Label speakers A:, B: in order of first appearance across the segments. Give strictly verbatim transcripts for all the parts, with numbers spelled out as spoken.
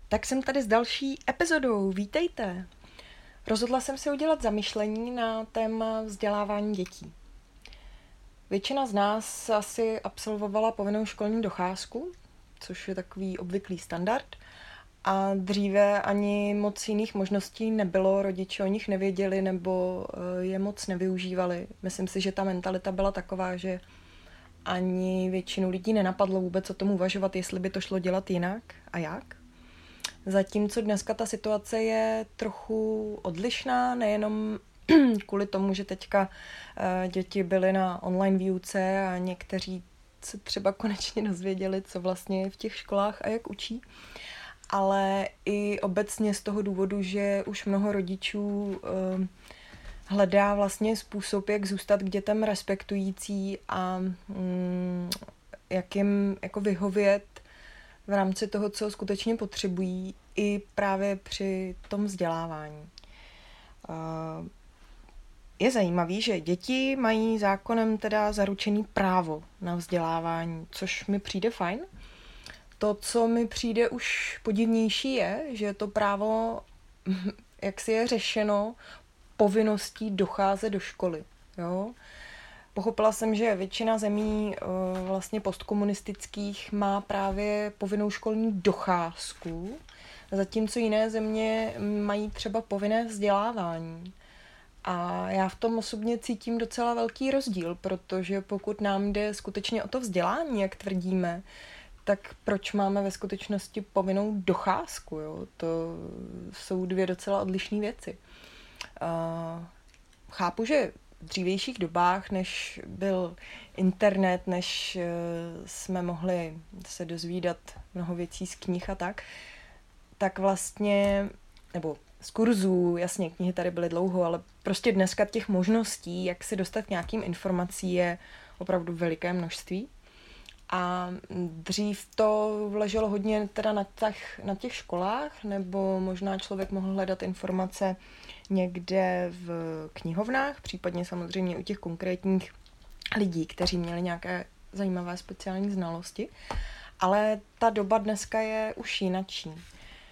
A: Tak jsem tady s další epizodou, vítejte. Rozhodla jsem se udělat zamyšlení na téma vzdělávání dětí. Většina z nás asi absolvovala povinnou školní docházku, což je takový obvyklý standard, a dříve ani moc jiných možností nebylo, rodiče o nich nevěděli nebo je moc nevyužívali. Myslím si, že ta mentalita byla taková, že ani většinu lidí nenapadlo vůbec o tom uvažovat, jestli by to šlo dělat jinak a jak. Zatímco dneska ta situace je trochu odlišná, nejenom kvůli tomu, že teďka děti byly na online výuce a někteří se třeba konečně dozvěděli, co vlastně je v těch školách a jak učí, ale i obecně z toho důvodu, že už mnoho rodičů hledá vlastně způsob, jak zůstat k dětem respektující a mm, jak jim jako vyhovět v rámci toho, co skutečně potřebují, i právě při tom vzdělávání. Je zajímavý, že děti mají zákonem teda zaručený právo na vzdělávání, což mi přijde fajn. To, co mi přijde už podivnější, je, že to právo, jak si je řešeno, povinností docházet do školy. Jo? Pochopila jsem, že většina zemí vlastně postkomunistických má právě povinnou školní docházku, zatímco jiné země mají třeba povinné vzdělávání. A já v tom osobně cítím docela velký rozdíl, protože pokud nám jde skutečně o to vzdělání, jak tvrdíme, tak proč máme ve skutečnosti povinnou docházku? Jo? To jsou dvě docela odlišné věci. Uh, chápu, že v dřívějších dobách, než byl internet, než jsme mohli se dozvídat mnoho věcí z knih a tak, tak vlastně, nebo z kurzů, jasně, knihy tady byly dlouho, ale prostě dneska těch možností, jak se dostat k nějakým informací, je opravdu veliké množství. A dřív to leželo hodně teda na těch, na těch školách, nebo možná člověk mohl hledat informace někde v knihovnách, případně samozřejmě u těch konkrétních lidí, kteří měli nějaké zajímavé speciální znalosti. Ale ta doba dneska je už jinačí. Uh,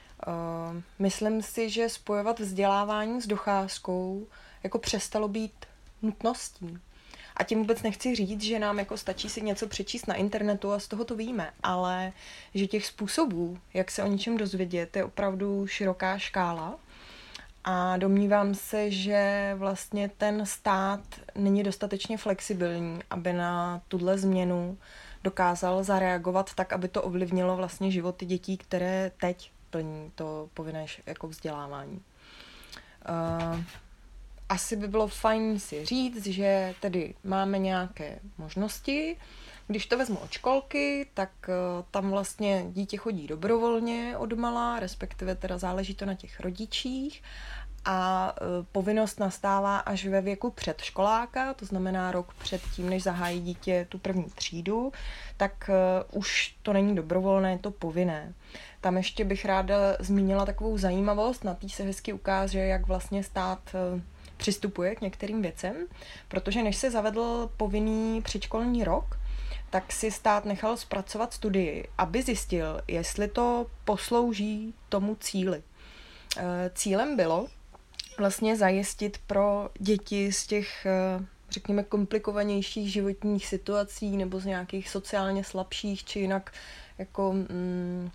A: myslím si, že spojovat vzdělávání s docházkou jako přestalo být nutností. A tím vůbec nechci říct, že nám jako stačí si něco přečíst na internetu a z toho to víme, ale že těch způsobů, jak se o něčem dozvědět, je opravdu široká škála. A domnívám se, že vlastně ten stát není dostatečně flexibilní, aby na tuhle změnu dokázal zareagovat tak, aby to ovlivnilo vlastně životy dětí, které teď plní to povinné jako vzdělávání. Uh, Asi by bylo fajn si říct, že tedy máme nějaké možnosti. Když to vezmu od školky, tak tam vlastně dítě chodí dobrovolně odmala, respektive teda záleží to na těch rodičích. A povinnost nastává až ve věku předškoláka, to znamená rok před tím, než zahájí dítě tu první třídu, tak už to není dobrovolné, je to povinné. Tam ještě bych ráda zmínila takovou zajímavost, na té se hezky ukáže, jak vlastně stát přistupuje k některým věcem, protože než se zavedl povinný předškolní rok, tak si stát nechal zpracovat studii, aby zjistil, jestli to poslouží tomu cíli. Cílem bylo vlastně zajistit pro děti z těch, řekněme, komplikovanějších životních situací nebo z nějakých sociálně slabších či jinak jako mm,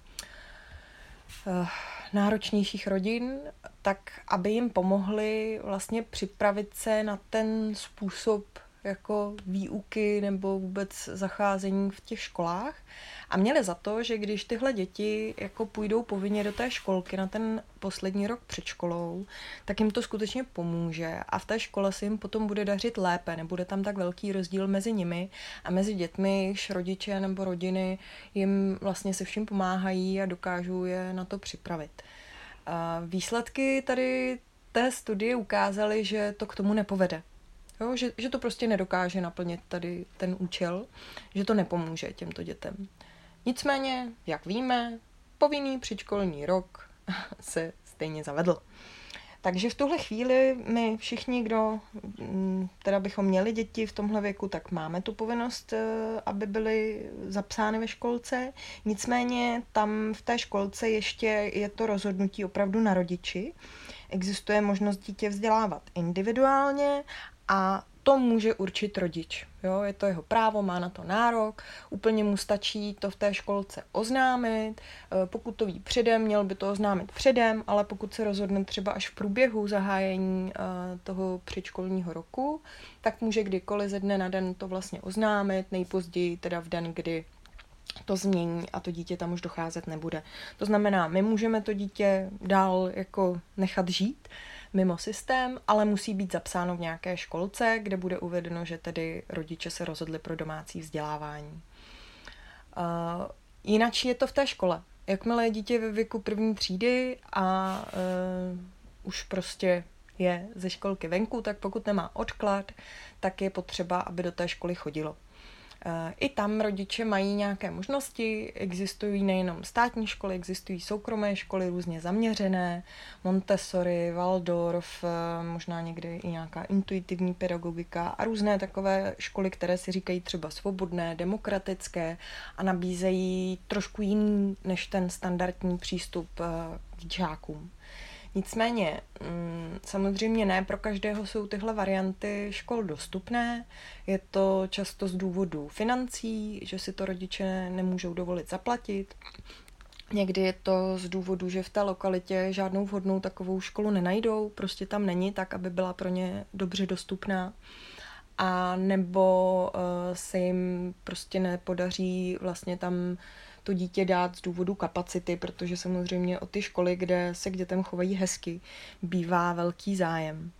A: náročnějších rodin, tak aby jim pomohli vlastně připravit se na ten způsob jako výuky nebo vůbec zacházení v těch školách a měli za to, že když tyhle děti jako půjdou povinně do té školky na ten poslední rok před školou, tak jim to skutečně pomůže a v té škole se jim potom bude dařit lépe, nebude tam tak velký rozdíl mezi nimi a mezi dětmi, jejichž rodiče nebo rodiny jim vlastně se vším pomáhají a dokážou je na to připravit. A výsledky tady té studie ukázaly, že to k tomu nepovede. Jo, že, že to prostě nedokáže naplnit tady ten účel, že to nepomůže těmto dětem. Nicméně, jak víme, povinný předškolní rok se stejně zavedl. Takže v tuhle chvíli my všichni, kdo teda bychom měli děti v tomhle věku, tak máme tu povinnost, aby byly zapsány ve školce. Nicméně tam v té školce ještě je to rozhodnutí opravdu na rodiči. Existuje možnost dítě vzdělávat individuálně a to může určit rodič. Jo, je to jeho právo, má na to nárok, úplně mu stačí to v té školce oznámit. Pokud to ví předem, měl by to oznámit předem, ale pokud se rozhodne třeba až v průběhu zahájení toho předškolního roku, tak může kdykoliv ze dne na den to vlastně oznámit, nejpozději teda v den, kdy to změní a to dítě tam už docházet nebude. To znamená, my můžeme to dítě dál jako nechat žít mimo systém, ale musí být zapsáno v nějaké školce, kde bude uvedeno, že tedy rodiče se rozhodli pro domácí vzdělávání. Uh, jinak je to v té škole. Jakmile je dítě ve věku první třídy a uh, už prostě je ze školky venku, tak pokud nemá odklad, tak je potřeba, aby do té školy chodilo. I tam rodiče mají nějaké možnosti, existují nejenom státní školy, existují soukromé školy různě zaměřené, Montessori, Waldorf, možná někdy i nějaká intuitivní pedagogika a různé takové školy, které si říkají třeba svobodné, demokratické a nabízejí trošku jiný než ten standardní přístup k žákům. Nicméně, samozřejmě ne pro každého jsou tyhle varianty škol dostupné. Je to často z důvodu financí, že si to rodiče nemůžou dovolit zaplatit. Někdy je to z důvodu, že v té lokalitě žádnou vhodnou takovou školu nenajdou, prostě tam není tak, aby byla pro ně dobře dostupná. A nebo se jim prostě nepodaří vlastně tam to dítě dát z důvodu kapacity, protože samozřejmě o ty školy, kde se k dětem chovají hezky, bývá velký zájem.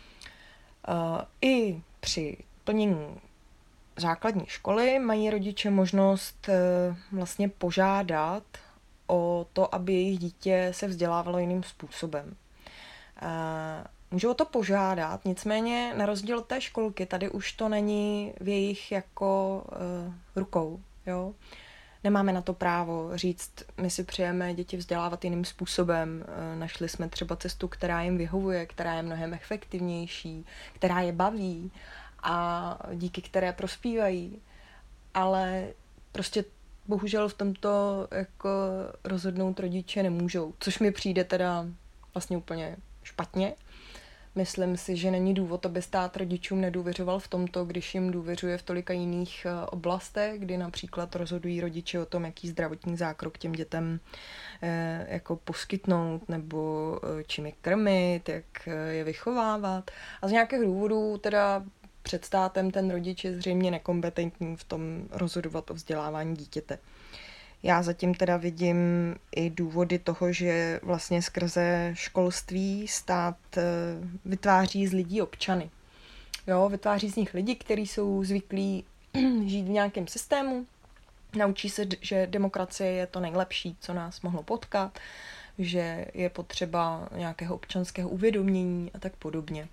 A: I při plnění základní školy mají rodiče možnost vlastně požádat o to, aby jejich dítě se vzdělávalo jiným způsobem. Můžou o to požádat, nicméně na rozdíl od té školky, tady už to není v jejich jako uh, rukou, jo. Nemáme na to právo říct, my si přejeme děti vzdělávat jiným způsobem, našli jsme třeba cestu, která jim vyhovuje, která je mnohem efektivnější, která je baví a díky které prospívají, ale prostě bohužel v tomto jako rozhodnout rodiče nemůžou, což mi přijde teda vlastně úplně špatně. Myslím si, že není důvod, aby stát rodičům nedůvěřoval v tomto, když jim důvěřuje v tolika jiných oblastech, kdy například rozhodují rodiče o tom, jaký zdravotní zákrok těm dětem eh, jako poskytnout, nebo čím je krmit, jak je vychovávat. A z nějakých důvodů teda před státem ten rodič je zřejmě nekompetentní v tom rozhodovat o vzdělávání dítěte. Já zatím teda vidím i důvody toho, že vlastně skrze školství stát vytváří z lidí občany. Jo, vytváří z nich lidi, kteří jsou zvyklí žít v nějakém systému, naučí se, že demokracie je to nejlepší, co nás mohlo potkat, že je potřeba nějakého občanského uvědomění a tak podobně.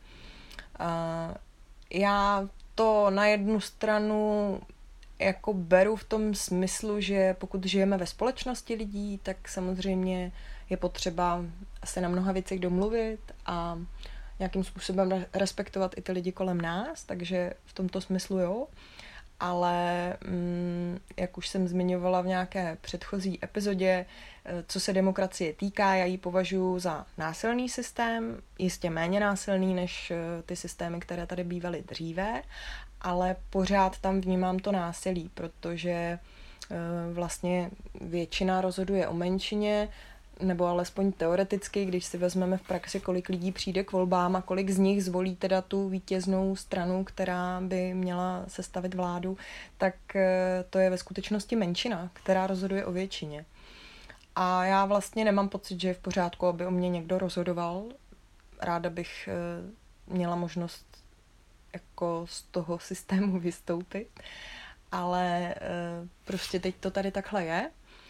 A: A já to na jednu stranu jako beru v tom smyslu, že pokud žijeme ve společnosti lidí, tak samozřejmě je potřeba se na mnoha věcech domluvit a nějakým způsobem respektovat i ty lidi kolem nás, takže v tomto smyslu jo. Ale mm, jak už jsem zmiňovala v nějaké předchozí epizodě, co se demokracie týká, já ji považuji za násilný systém, jistě méně násilný než ty systémy, které tady bývaly dříve, ale pořád tam vnímám to násilí, protože vlastně většina rozhoduje o menšině, nebo alespoň teoreticky, když si vezmeme v praxi, kolik lidí přijde k volbám a kolik z nich zvolí teda tu vítěznou stranu, která by měla sestavit vládu, tak to je ve skutečnosti menšina, která rozhoduje o většině. A já vlastně nemám pocit, že je v pořádku, aby o mě někdo rozhodoval. Ráda bych měla možnost jako z toho systému vystoupit, ale prostě teď to tady takhle je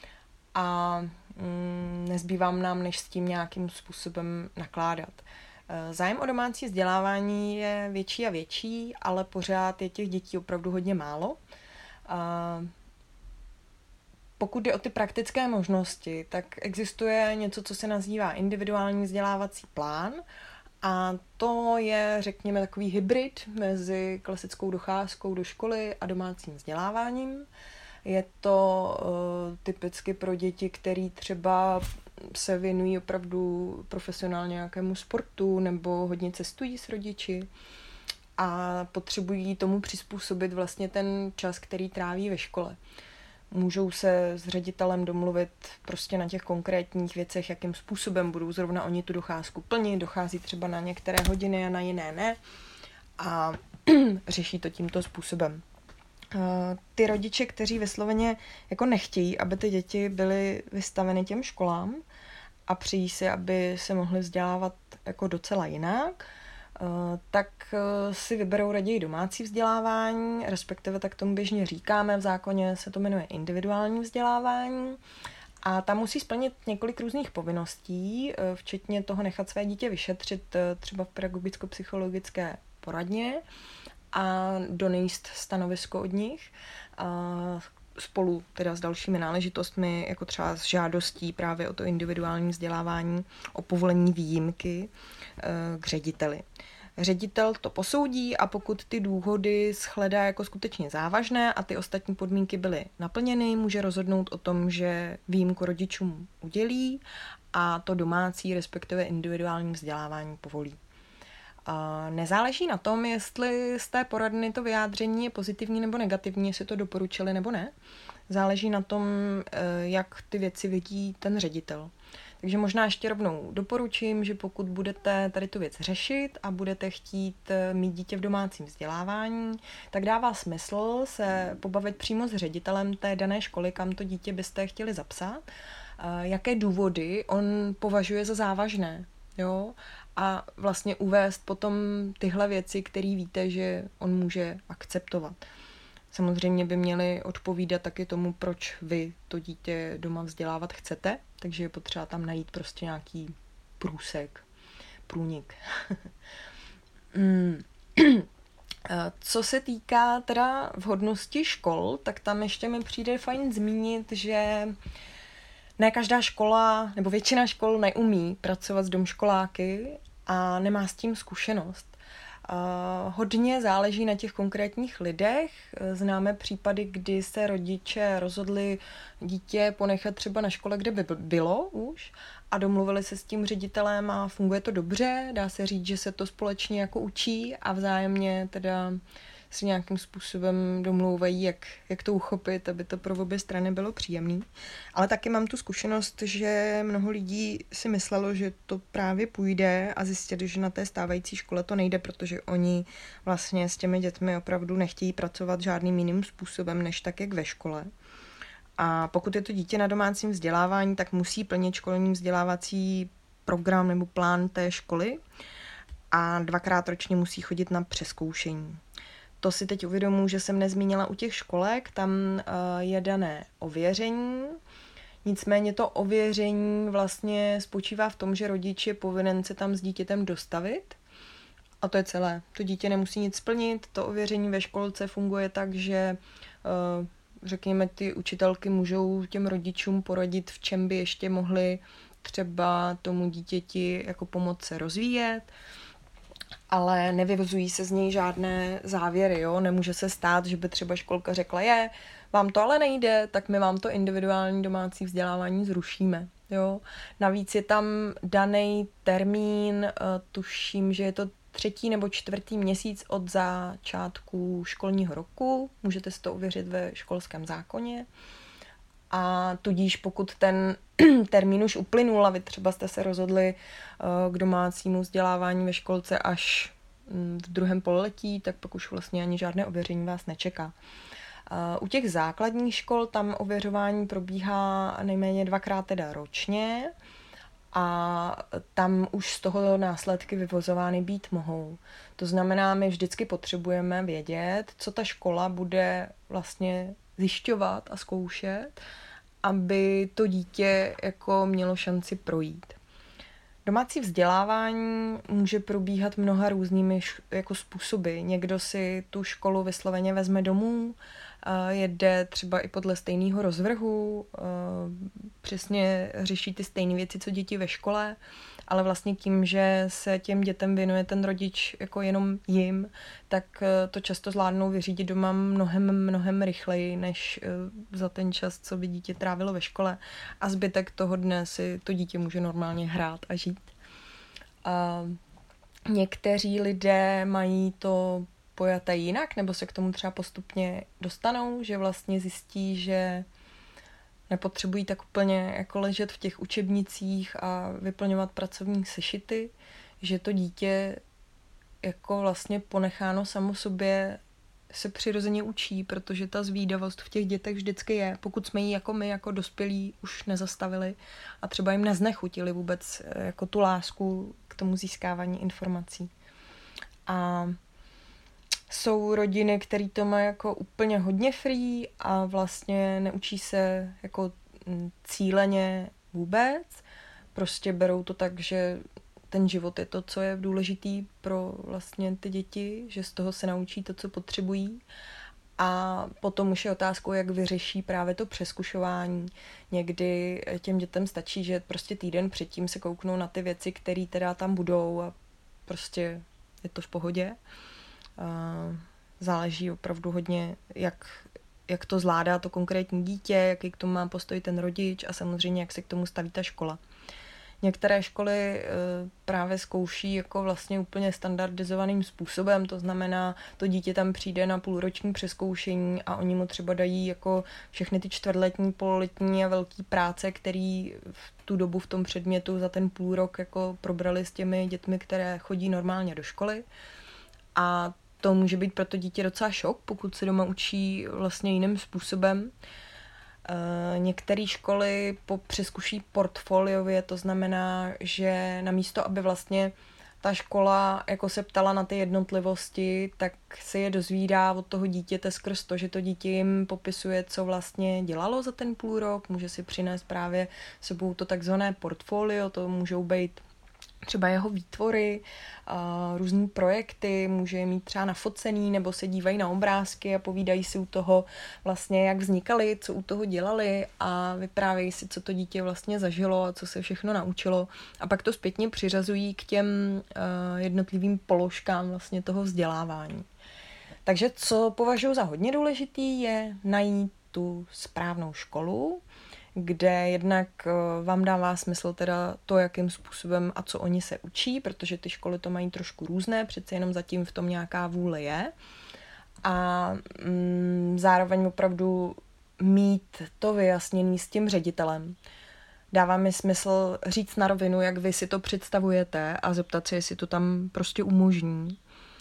A: a nezbývá nám, než s tím nějakým způsobem nakládat. Zájem o domácí vzdělávání je větší a větší, ale pořád je těch dětí opravdu hodně málo. Pokud jde o ty praktické možnosti, tak existuje něco, co se nazývá individuální vzdělávací plán a to je, řekněme, takový hybrid mezi klasickou docházkou do školy a domácím vzděláváním. Je to uh, typicky pro děti, který třeba se věnují opravdu profesionálně nějakému sportu nebo hodně cestují s rodiči a potřebují tomu přizpůsobit vlastně ten čas, který tráví ve škole. Můžou se s ředitelem domluvit prostě na těch konkrétních věcech, jakým způsobem budou zrovna oni tu docházku plnit, dochází třeba na některé hodiny a na jiné ne a řeší to tímto způsobem. Ty rodiče, kteří vysloveně jako nechtějí, aby ty děti byly vystaveny těm školám a přijí si, aby se mohly vzdělávat jako docela jinak, tak si vyberou raději domácí vzdělávání, respektive tak tomu běžně říkáme, v zákoně se to jmenuje individuální vzdělávání a tam musí splnit několik různých povinností, včetně toho nechat své dítě vyšetřit třeba v pedagogicko-psychologické poradně a donést stanovisko od nich a spolu teda s dalšími náležitostmi, jako třeba s žádostí právě o to individuální vzdělávání, o povolení výjimky k řediteli. Ředitel to posoudí a pokud ty důvody shledá jako skutečně závažné a ty ostatní podmínky byly naplněny, může rozhodnout o tom, že výjimku rodičům udělí a to domácí, respektive individuální vzdělávání povolí. Nezáleží na tom, jestli z té poradny to vyjádření je pozitivní nebo negativní, jestli to doporučili nebo ne. Záleží na tom, jak ty věci vidí ten ředitel. Takže možná ještě rovnou doporučím, že pokud budete tady tu věc řešit a budete chtít mít dítě v domácím vzdělávání, tak dává smysl se pobavit přímo s ředitelem té dané školy, kam to dítě byste chtěli zapsat, jaké důvody on považuje za závažné. Jo? A vlastně uvést potom tyhle věci, které víte, že on může akceptovat. Samozřejmě by měli odpovídat taky tomu, proč vy to dítě doma vzdělávat chcete, takže je potřeba tam najít prostě nějaký průsek, průnik. Co se týká teda vhodnosti škol, tak tam ještě mi přijde fajn zmínit, že ne každá škola, nebo většina škol neumí pracovat s domškoláky a nemá s tím zkušenost. Uh, hodně záleží na těch konkrétních lidech. Známe případy, kdy se rodiče rozhodli dítě ponechat třeba na škole, kde by bylo už a domluvili se s tím ředitelem a funguje to dobře. Dá se říct, že se to společně jako učí a vzájemně teda si nějakým způsobem domlouvají, jak, jak to uchopit, aby to pro obě strany bylo příjemné. Ale taky mám tu zkušenost, že mnoho lidí si myslelo, že to právě půjde a zjistili, že na té stávající škole to nejde, protože oni vlastně s těmi dětmi opravdu nechtějí pracovat žádným jiným způsobem, než tak, jak ve škole. A pokud je to dítě na domácím vzdělávání, tak musí plnit školní vzdělávací program nebo plán té školy a dvakrát ročně musí chodit na přezkoušení. To si teď uvědomuji, že jsem nezmínila u těch školek, tam je dané ověření, nicméně to ověření vlastně spočívá v tom, že rodič je povinen se tam s dítětem dostavit a to je celé. To dítě nemusí nic splnit, to ověření ve školce funguje tak, že řekněme ty učitelky můžou těm rodičům poradit, v čem by ještě mohli třeba tomu dítěti jako pomoct se rozvíjet, ale nevyvozují se z něj žádné závěry, jo? Nemůže se stát, že by třeba školka řekla, je, vám to ale nejde, tak my vám to individuální domácí vzdělávání zrušíme, jo? Navíc je tam daný termín, tuším, že je to třetí nebo čtvrtý měsíc od začátku školního roku, můžete si to ověřit ve školském zákoně. A tudíž pokud ten termín už uplynul a vy třeba jste se rozhodli k domácímu vzdělávání ve školce až v druhém pololetí, tak pak už vlastně ani žádné ověření vás nečeká. U těch základních škol tam ověřování probíhá nejméně dvakrát teda ročně a tam už z toho následky vyvozovány být mohou. To znamená, my vždycky potřebujeme vědět, co ta škola bude vlastně zjišťovat a zkoušet, aby to dítě jako mělo šanci projít. Domácí vzdělávání může probíhat mnoha různými jako způsoby. Někdo si tu školu vysloveně vezme domů, jede třeba i podle stejného rozvrhu, přesně řeší ty stejné věci, co děti ve škole, ale vlastně tím, že se těm dětem věnuje ten rodič jako jenom jim, tak to často zvládnou vyřídit doma mnohem, mnohem rychleji, než za ten čas, co by dítě trávilo ve škole. A zbytek toho dne si to dítě může normálně hrát a žít. A někteří lidé mají to pojaté jinak, nebo se k tomu třeba postupně dostanou, že vlastně zjistí, že nepotřebují tak úplně jako ležet v těch učebnicích a vyplňovat pracovní sešity, že to dítě jako vlastně ponecháno samo sobě se přirozeně učí, protože ta zvídavost v těch dětech vždycky je, pokud jsme ji jako my, jako dospělí, už nezastavili a třeba jim neznechutili vůbec jako tu lásku k tomu získávání informací. A jsou rodiny, které to mají jako úplně hodně free a vlastně neučí se jako cíleně vůbec. Prostě berou to tak, že ten život je to, co je důležitý pro vlastně ty děti, že z toho se naučí to, co potřebují. A potom už je otázkou, jak vyřeší právě to přeskušování. Někdy těm dětem stačí, že prostě týden předtím se kouknou na ty věci, které teda tam budou a prostě je to v pohodě. Záleží opravdu hodně, jak, jak to zvládá to konkrétní dítě, jaký k tomu má postoj ten rodič a samozřejmě, jak se k tomu staví ta škola. Některé školy právě zkouší jako vlastně úplně standardizovaným způsobem, to znamená, to dítě tam přijde na půlroční přezkoušení a oni mu třeba dají jako všechny ty čtvrtletní, pololetní a velký práce, který v tu dobu v tom předmětu za ten půl rok jako probrali s těmi dětmi, které chodí normálně do školy. A to může být pro to dítě docela šok, pokud se doma učí vlastně jiným způsobem. E, některé školy přeskuší portfoliově, to znamená, že namísto, aby vlastně ta škola jako se ptala na ty jednotlivosti, tak se je dozvídá od toho dítěte skrz to, že to dítě jim popisuje, co vlastně dělalo za ten půl rok, může si přinést právě sebou to takzvané portfolio, to můžou být třeba jeho výtvory, různý projekty, může je mít třeba nafocený, nebo se dívají na obrázky a povídají si u toho vlastně, jak vznikaly, co u toho dělali a vyprávějí si, co to dítě vlastně zažilo a co se všechno naučilo. A pak to zpětně přiřazují k těm jednotlivým položkám vlastně toho vzdělávání. Takže co považuji za hodně důležitý, je najít tu správnou školu, kde jednak vám dává smysl teda to, jakým způsobem a co oni se učí, protože ty školy to mají trošku různé, přece jenom zatím v tom nějaká vůle je. A mm, zároveň opravdu mít to vyjasněné s tím ředitelem. Dává mi smysl říct na rovinu, jak vy si to představujete a zeptat se, jestli to tam prostě umožní.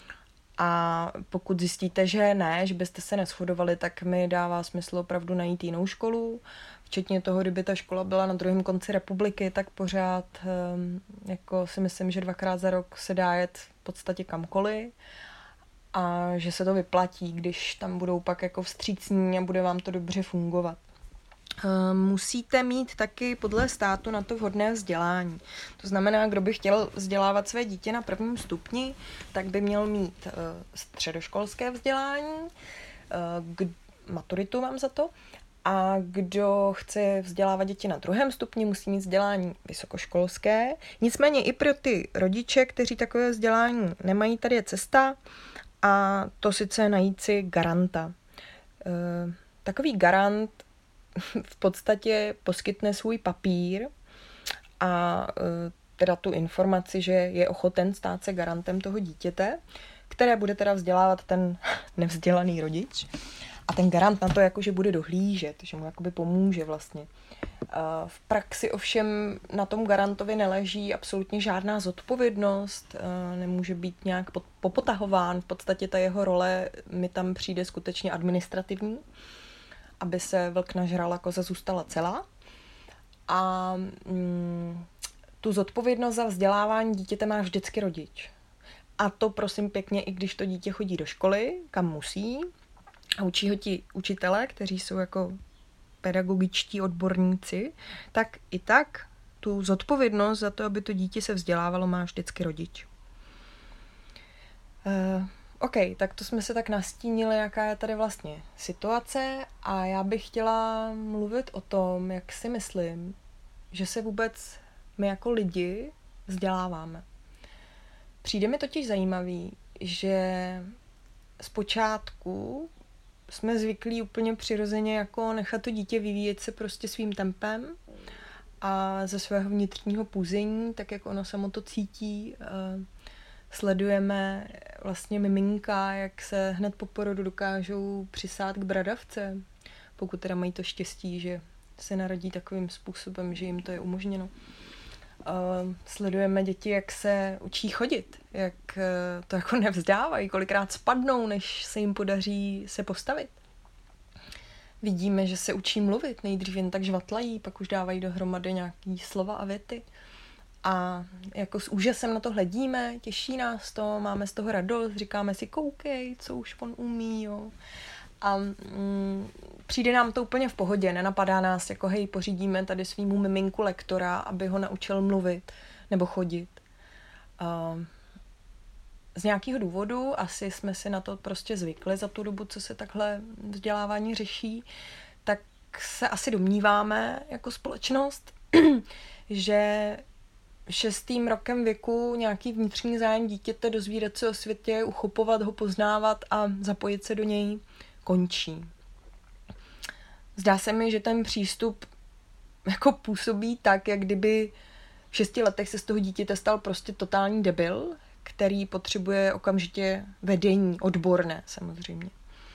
A: A pokud zjistíte, že ne, že byste se neshodovali, tak mi dává smysl opravdu najít jinou školu. Včetně toho, kdyby ta škola byla na druhém konci republiky, tak pořád jako si myslím, že dvakrát za rok se dá jet v podstatě kamkoliv a že se to vyplatí, když tam budou pak jako vstřícní a bude vám to dobře fungovat. Musíte mít taky podle státu na to vhodné vzdělání. To znamená, kdo by chtěl vzdělávat své dítě na prvním stupni, tak by měl mít středoškolské vzdělání, maturitu mám za to, a kdo chce vzdělávat děti na druhém stupni, musí mít vzdělání vysokoškolské. Nicméně i pro ty rodiče, kteří takové vzdělání nemají, tady je cesta a to sice najít si garanta. Takový garant v podstatě poskytne svůj papír a teda tu informaci, že je ochoten stát se garantem toho dítěte, které bude teda vzdělávat ten nevzdělaný rodič. A ten garant na to jakože bude dohlížet, že mu jakoby pomůže vlastně. V praxi ovšem na tom garantovi neleží absolutně žádná zodpovědnost, nemůže být nějak popotahován, v podstatě ta jeho role mi tam přijde skutečně administrativní, aby se vlk nažral a koza zůstala celá. A mm, tu zodpovědnost za vzdělávání dítěte má vždycky rodič. A to prosím pěkně, i když to dítě chodí do školy, kam musí, a učí ho ti učitelé, kteří jsou jako pedagogičtí odborníci, tak i tak tu zodpovědnost za to, aby to dítě se vzdělávalo, má vždycky rodič. OK, tak to jsme se tak nastínili, jaká je tady vlastně situace a já bych chtěla mluvit o tom, jak si myslím, že se vůbec my jako lidi vzděláváme. Přijde mi totiž zajímavý, že zpočátku jsme zvyklí úplně přirozeně jako nechat to dítě vyvíjet se prostě svým tempem a ze svého vnitřního půzení, tak jak ono samo to cítí, sledujeme vlastně miminka, jak se hned po porodu dokážou přisát k bradavce, pokud teda mají to štěstí, že se narodí takovým způsobem, že jim to je umožněno. Uh, sledujeme děti, jak se učí chodit, jak uh, to jako nevzdávají, kolikrát spadnou, než se jim podaří se postavit. Vidíme, že se učí mluvit, nejdřív jen tak žvatlají, pak už dávají dohromady nějaký slova a věty. A jako s úžasem na to hledíme, těší nás to, máme z toho radost, říkáme si koukej, co už on umí, jo. A mm, přijde nám to úplně v pohodě, nenapadá nás jako hej, pořídíme tady svýmu miminku lektora, aby ho naučil mluvit nebo chodit. A z nějakého důvodu, asi jsme si na to prostě zvykli za tu dobu, co se takhle vzdělávání řeší, tak se asi domníváme jako společnost, že šestým rokem věku nějaký vnitřní zájem dítěte dozvídat se o světě, uchopovat ho, poznávat a zapojit se do něj končí. Zdá se mi, že ten přístup jako působí tak, jak kdyby v šesti letech se z toho dítěte stal prostě totální debil, který potřebuje okamžitě vedení, odborné samozřejmě.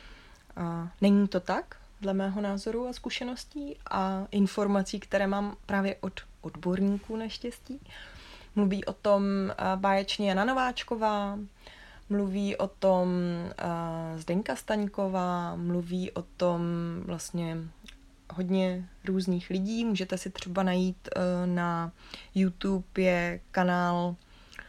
A: A není to tak, dle mého názoru a zkušeností a informací, které mám právě od odborníků naštěstí. Mluví o tom báječně Jana Nováčková, mluví o tom uh, Zdeňka Staňková, mluví o tom vlastně hodně různých lidí. Můžete si třeba najít uh, na YouTube je kanál uh,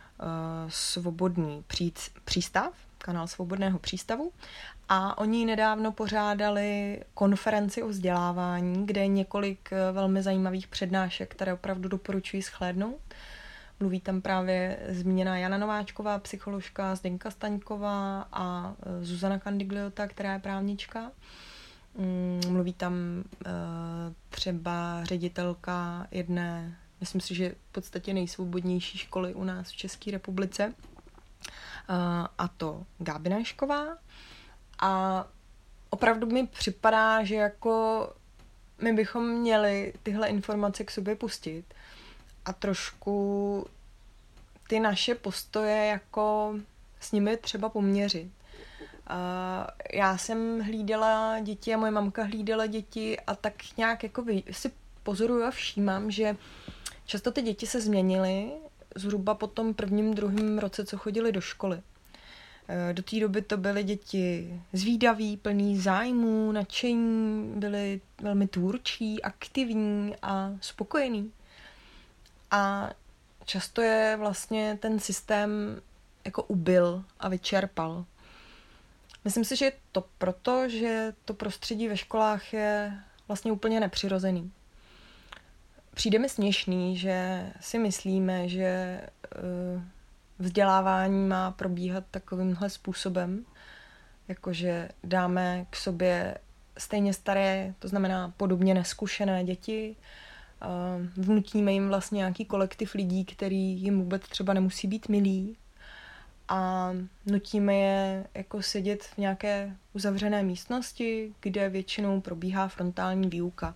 A: Svobodný přístav, kanál Svobodného přístavu. A oni nedávno pořádali konferenci o vzdělávání, kde je několik velmi zajímavých přednášek, které opravdu doporučuji shlédnout. Mluví tam právě zmíněná Jana Nováčková, psycholožka, Zdeňka Staňková a Zuzana Candigliota, která je právnička. Mluví tam třeba ředitelka jedné, myslím si, že v podstatě nejsvobodnější školy u nás v České republice, a to Gáby Nášková. A opravdu mi připadá, že jako my bychom měli tyhle informace k sobě pustit a trošku ty naše postoje jako s nimi třeba poměřit. Já jsem hlídala děti a moje mamka hlídala děti a tak nějak jako si pozoruju a všímám, že často ty děti se změnily zhruba po tom prvním, druhém roce, co chodili do školy. Do té doby to byly děti zvídaví, plný zájmů, nadšení, byly velmi tvůrčí, aktivní a spokojení. A často je vlastně ten systém jako ubil a vyčerpal. Myslím si, že je to proto, že to prostředí ve školách je vlastně úplně nepřirozený. Přijde mi směšný, že si myslíme, že vzdělávání má probíhat takovýmhle způsobem, jakože dáme k sobě stejně staré, to znamená podobně neskušené děti, vnutíme jim vlastně nějaký kolektiv lidí, který jim vůbec třeba nemusí být milý a nutíme je jako sedět v nějaké uzavřené místnosti, kde většinou probíhá frontální výuka.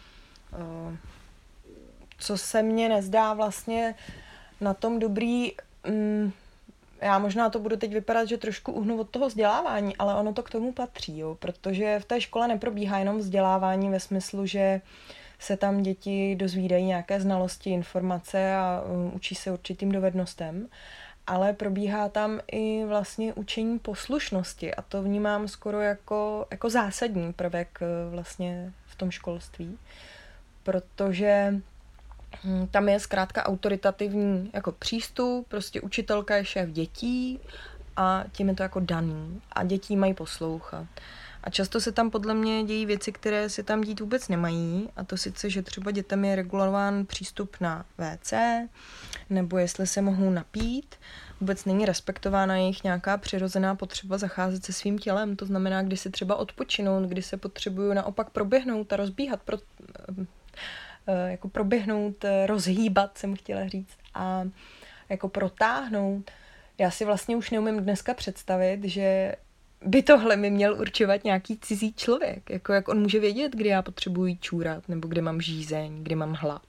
A: Co se mně nezdá vlastně na tom dobrý, já možná to budu teď vypadat, že trošku uhnu od toho vzdělávání, ale ono to k tomu patří, jo? Protože v té škole neprobíhá jenom vzdělávání ve smyslu, že se tam děti dozvídají nějaké znalosti, informace a um, učí se určitým dovednostem, ale probíhá tam i vlastně učení poslušnosti a to vnímám skoro jako, jako zásadní prvek vlastně v tom školství, protože tam je zkrátka autoritativní jako přístup, prostě učitelka je šéf dětí a tím je to jako daný a děti mají poslouchat. A často se tam podle mě dějí věci, které se tam dít vůbec nemají, a to sice, že třeba dětem je regulován přístup na vé cé, nebo jestli se mohou napít, vůbec není respektována jejich nějaká přirozená potřeba zacházet se svým tělem, to znamená, kdy si třeba odpočinout, kdy se potřebuju naopak proběhnout a rozbíhat, pro, jako proběhnout, rozhýbat, jsem chtěla říct, a jako protáhnout. Já si vlastně už neumím dneska představit, že by tohle mi měl určovat nějaký cizí člověk. Jako jak on může vědět, kdy já potřebuji čůrat, nebo kdy mám žízeň, kdy mám hlad.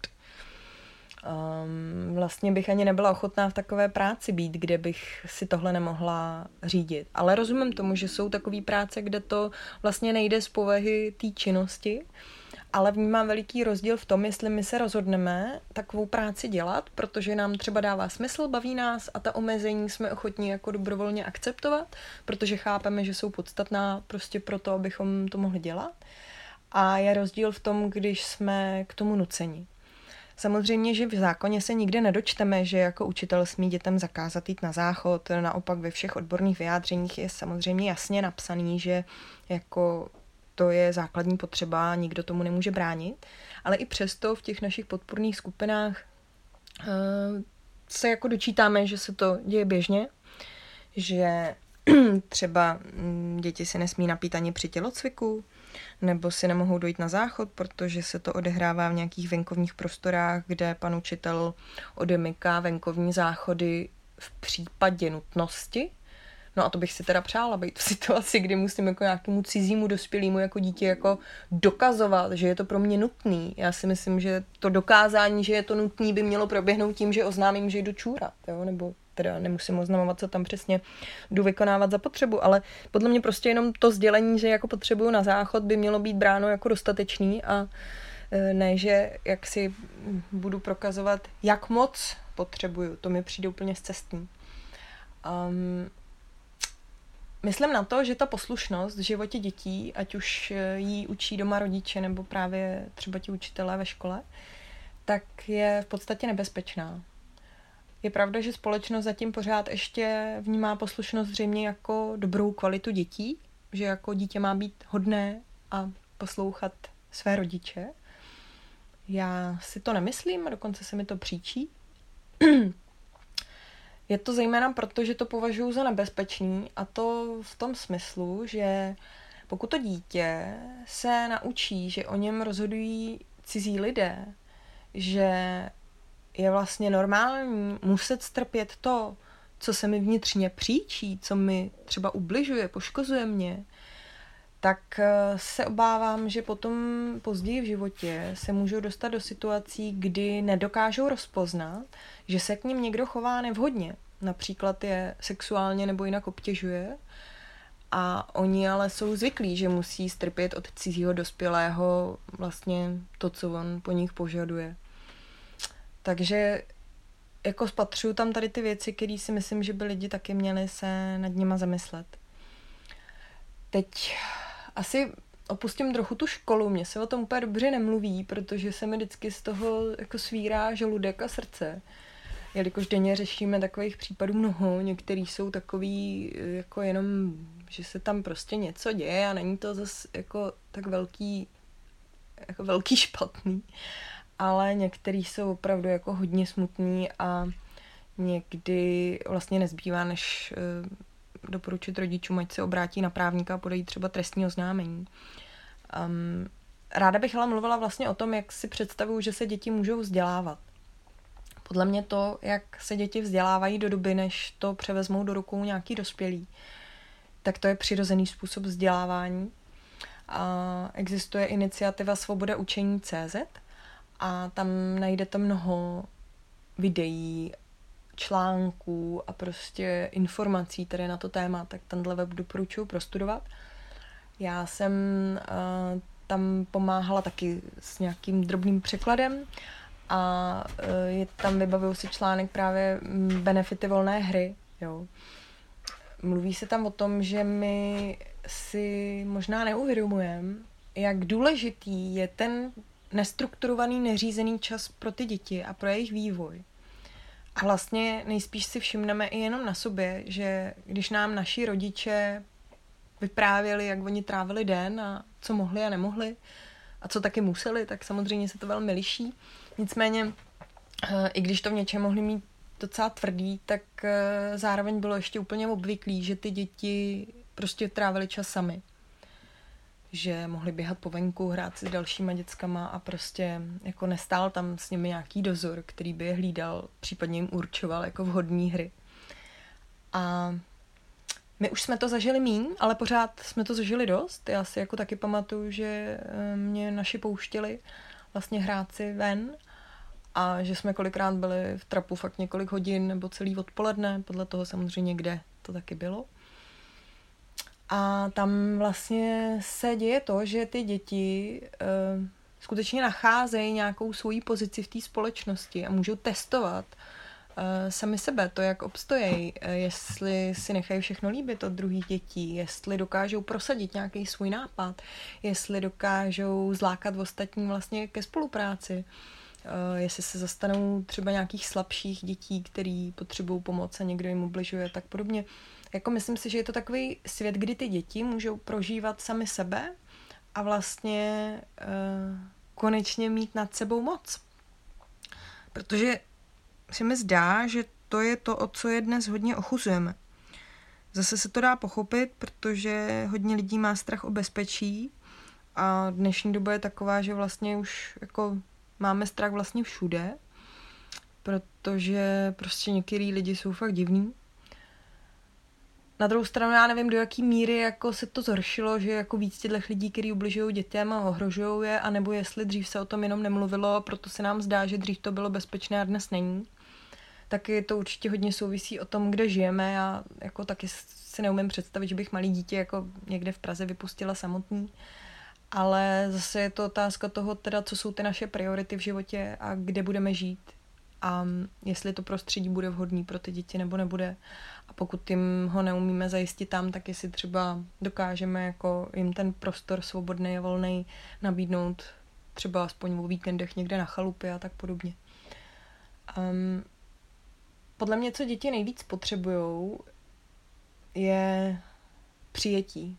A: Um, vlastně bych ani nebyla ochotná v takové práci být, kde bych si tohle nemohla řídit. Ale rozumím tomu, že jsou takové práce, kde to vlastně nejde z povahy té činnosti, ale vnímám veliký rozdíl v tom, jestli my se rozhodneme takovou práci dělat, protože nám třeba dává smysl, baví nás a ta omezení jsme ochotní jako dobrovolně akceptovat, protože chápeme, že jsou podstatná prostě proto, abychom to mohli dělat. A je rozdíl v tom, když jsme k tomu nuceni. Samozřejmě, že v zákoně se nikde nedočteme, že jako učitel smí dětem zakázat jít na záchod, naopak ve všech odborných vyjádřeních je samozřejmě jasně napsaný, že jako to je základní potřeba, nikdo tomu nemůže bránit, ale i přesto v těch našich podpůrných skupinách uh, se jako dočítáme, že se to děje běžně, že třeba děti si nesmí napít ani při tělocviku, nebo si nemohou dojít na záchod, protože se to odehrává v nějakých venkovních prostorách, kde pan učitel odemyká venkovní záchody v případě nutnosti. No a to bych si teda přála být v situaci, kdy musím jako nějakému cizímu dospělému jako dítě jako dokazovat, že je to pro mě nutný. Já si myslím, že to dokázání, že je to nutný, by mělo proběhnout tím, že oznámím, že jdu čůrat, jo? Nebo teda nemusím oznamovat, co tam přesně jdu vykonávat za potřebu, ale podle mě prostě jenom to sdělení, že jako potřebuju na záchod, by mělo být bráno jako dostatečný a ne, že jak si budu prokazovat, jak moc potřebuju. To mi přijde úplně zcestný. Um, Myslím na to, že ta poslušnost v životě dětí, ať už jí učí doma rodiče nebo právě třeba ti učitelé ve škole, tak je v podstatě nebezpečná. Je pravda, že společnost zatím pořád ještě vnímá poslušnost zřejmě jako dobrou kvalitu dětí, že jako dítě má být hodné a poslouchat své rodiče. Já si to nemyslím a dokonce se mi to příčí. Je to zejména proto, že to považuji za nebezpečný, a to v tom smyslu, že pokud to dítě se naučí, že o něm rozhodují cizí lidé, že je vlastně normální muset strpět to, co se mi vnitřně příčí, co mi třeba ubližuje, poškozuje mě, tak se obávám, že potom později v životě se můžou dostat do situací, kdy nedokážou rozpoznat, že se k nim někdo chová nevhodně. Například je sexuálně nebo jinak obtěžuje. A oni ale jsou zvyklí, že musí strpět od cizího dospělého vlastně to, co on po nich požaduje. Takže jako spatřuju tam tady ty věci, které si myslím, že by lidi taky měli se nad nima zamyslet. Teď asi opustím trochu tu školu, mně se o tom úplně dobře nemluví, protože se mi vždycky z toho jako svírá žaludek a srdce. Jelikož denně řešíme takových případů mnoho, některý jsou takový jako jenom, že se tam prostě něco děje a není to zase jako tak velký, jako velký špatný, ale některý jsou opravdu jako hodně smutný a někdy vlastně nezbývá, než doporučit rodičům, ať se obrátí na právníka a podají třeba trestní oznámení. Um, ráda bych ale mluvila vlastně o tom, jak si představuju, že se děti můžou vzdělávat. Podle mě to, jak se děti vzdělávají do doby, než to převezmou do rukou nějaký dospělí, tak to je přirozený způsob vzdělávání. A existuje iniciativa Svoboda učení tečka cé zet a tam najdete mnoho videí, článků a prostě informací tady na to téma, tak tenhle web doporučuji prostudovat. Já jsem uh, tam pomáhala taky s nějakým drobným překladem a uh, je tam vybavil si článek právě benefity volné hry. Jo. Mluví se tam o tom, že my si možná neuvědomujeme, jak důležitý je ten nestrukturovaný, neřízený čas pro ty děti a pro jejich vývoj. A vlastně nejspíš si všimneme i jenom na sobě, že když nám naši rodiče vyprávěli, jak oni trávili den a co mohli a nemohli a co taky museli, tak samozřejmě se to velmi liší. Nicméně, i když to v něčem mohli mít docela tvrdý, tak zároveň bylo ještě úplně obvyklý, že ty děti prostě trávili čas sami. Že mohli běhat po venku, hrát si s dalšíma dětskama a prostě jako nestál tam s nimi nějaký dozor, který by je hlídal, případně jim určoval jako vhodný hry. A my už jsme to zažili míň, ale pořád jsme to zažili dost. Já si jako taky pamatuju, že mě naši pouštěli vlastně hrát si ven a že jsme kolikrát byli v trapu fakt několik hodin nebo celý odpoledne, podle toho samozřejmě kde to taky bylo. A tam vlastně se děje to, že ty děti e, skutečně nacházejí nějakou svoji pozici v té společnosti a můžou testovat e, sami sebe, to, jak obstojí, e, jestli si nechají všechno líbit od druhých dětí, jestli dokážou prosadit nějaký svůj nápad, jestli dokážou zlákat ostatní vlastně ke spolupráci, e, jestli se zastanou třeba nějakých slabších dětí, který potřebují pomoc a někdo jim ubližuje, tak podobně. Jako myslím si, že je to takový svět, kdy ty děti můžou prožívat sami sebe a vlastně uh, konečně mít nad sebou moc. Protože se mi zdá, že to je to, o co je dnes hodně ochuzujeme. Zase se to dá pochopit, protože hodně lidí má strach o bezpečí a dnešní doba je taková, že vlastně už jako máme strach vlastně všude, protože prostě některý lidi jsou fakt divní. Na druhou stranu já nevím, do jaký míry jako se to zhoršilo, že jako víc těchto lidí, kteří ubližují dětem a ohrožují je, anebo jestli dřív se o tom jenom nemluvilo a proto se nám zdá, že dřív to bylo bezpečné a dnes není. Taky to určitě hodně souvisí o tom, kde žijeme. Já jako taky si neumím představit, že bych malý dítě jako někde v Praze vypustila samotný. Ale zase je to otázka toho, teda, co jsou ty naše priority v životě a kde budeme žít. A jestli to prostředí bude vhodný pro ty děti nebo nebude. A pokud jim ho neumíme zajistit tam, tak jestli třeba dokážeme jako jim ten prostor svobodný a volný nabídnout třeba aspoň o víkendech někde na chalupě a tak podobně. Um, podle mě, co děti nejvíc potřebujou, je přijetí.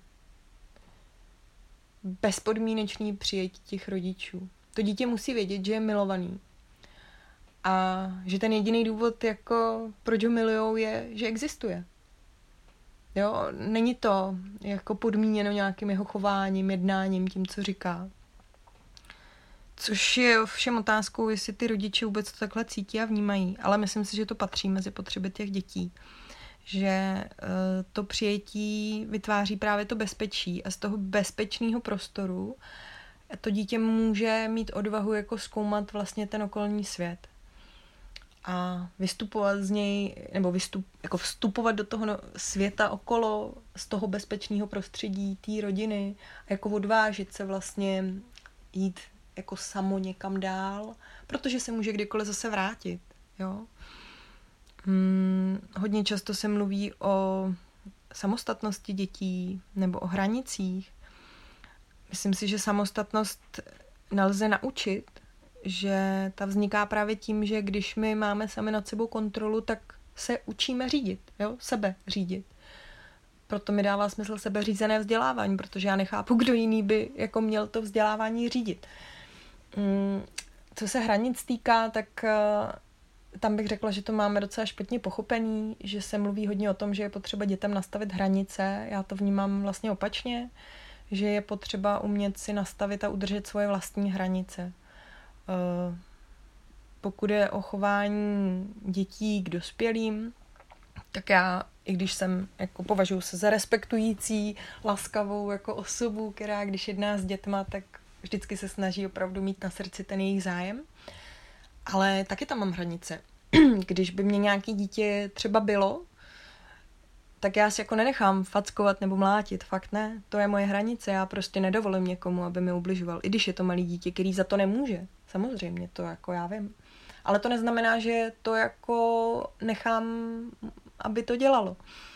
A: Bezpodmínečný přijetí těch rodičů. To dítě musí vědět, že je milovaný. A že ten jediný důvod, jako proč ho milujou, je, že existuje. Jo, není to jako podmíněno nějakým jeho chováním, jednáním, tím, co říká. Což je všem otázkou, jestli ty rodiče vůbec to takhle cítí a vnímají. Ale myslím si, že to patří mezi potřeby těch dětí. Že uh, to přijetí vytváří právě to bezpečí a z toho bezpečného prostoru to dítě může mít odvahu jako zkoumat vlastně ten okolní svět. A vystupovat z něj, nebo vystup, jako vstupovat do toho světa okolo, z toho bezpečného prostředí, té rodiny, a jako odvážit se vlastně jít jako samo někam dál, protože se může kdykoliv zase vrátit. Jo? Hmm, hodně často se mluví o samostatnosti dětí nebo o hranicích. Myslím si, že samostatnost nelze naučit, že ta vzniká právě tím, že když my máme sami nad sebou kontrolu, tak se učíme řídit, jo? Sebe řídit. Proto mi dává smysl sebeřízené vzdělávání, protože já nechápu, kdo jiný by jako měl to vzdělávání řídit. Co se hranic týká, tak tam bych řekla, že to máme docela špatně pochopený, že se mluví hodně o tom, že je potřeba dětem nastavit hranice. Já to vnímám vlastně opačně, že je potřeba umět si nastavit a udržet svoje vlastní hranice. Pokud je o chování dětí k dospělým, tak já, i když jsem, jako považuji se za respektující, laskavou jako osobu, která když jedná s dětma, tak vždycky se snaží opravdu mít na srdci ten jejich zájem. Ale taky tam mám hranice. Když by mě nějaký dítě třeba bylo, tak já si jako nenechám fackovat nebo mlátit, fakt ne. To je moje hranice, já prostě nedovolím někomu, aby mi ubližoval. I když je to malý dítě, který za to nemůže. Samozřejmě, to jako já vím. Ale to neznamená, že to jako nechám, aby to dělalo.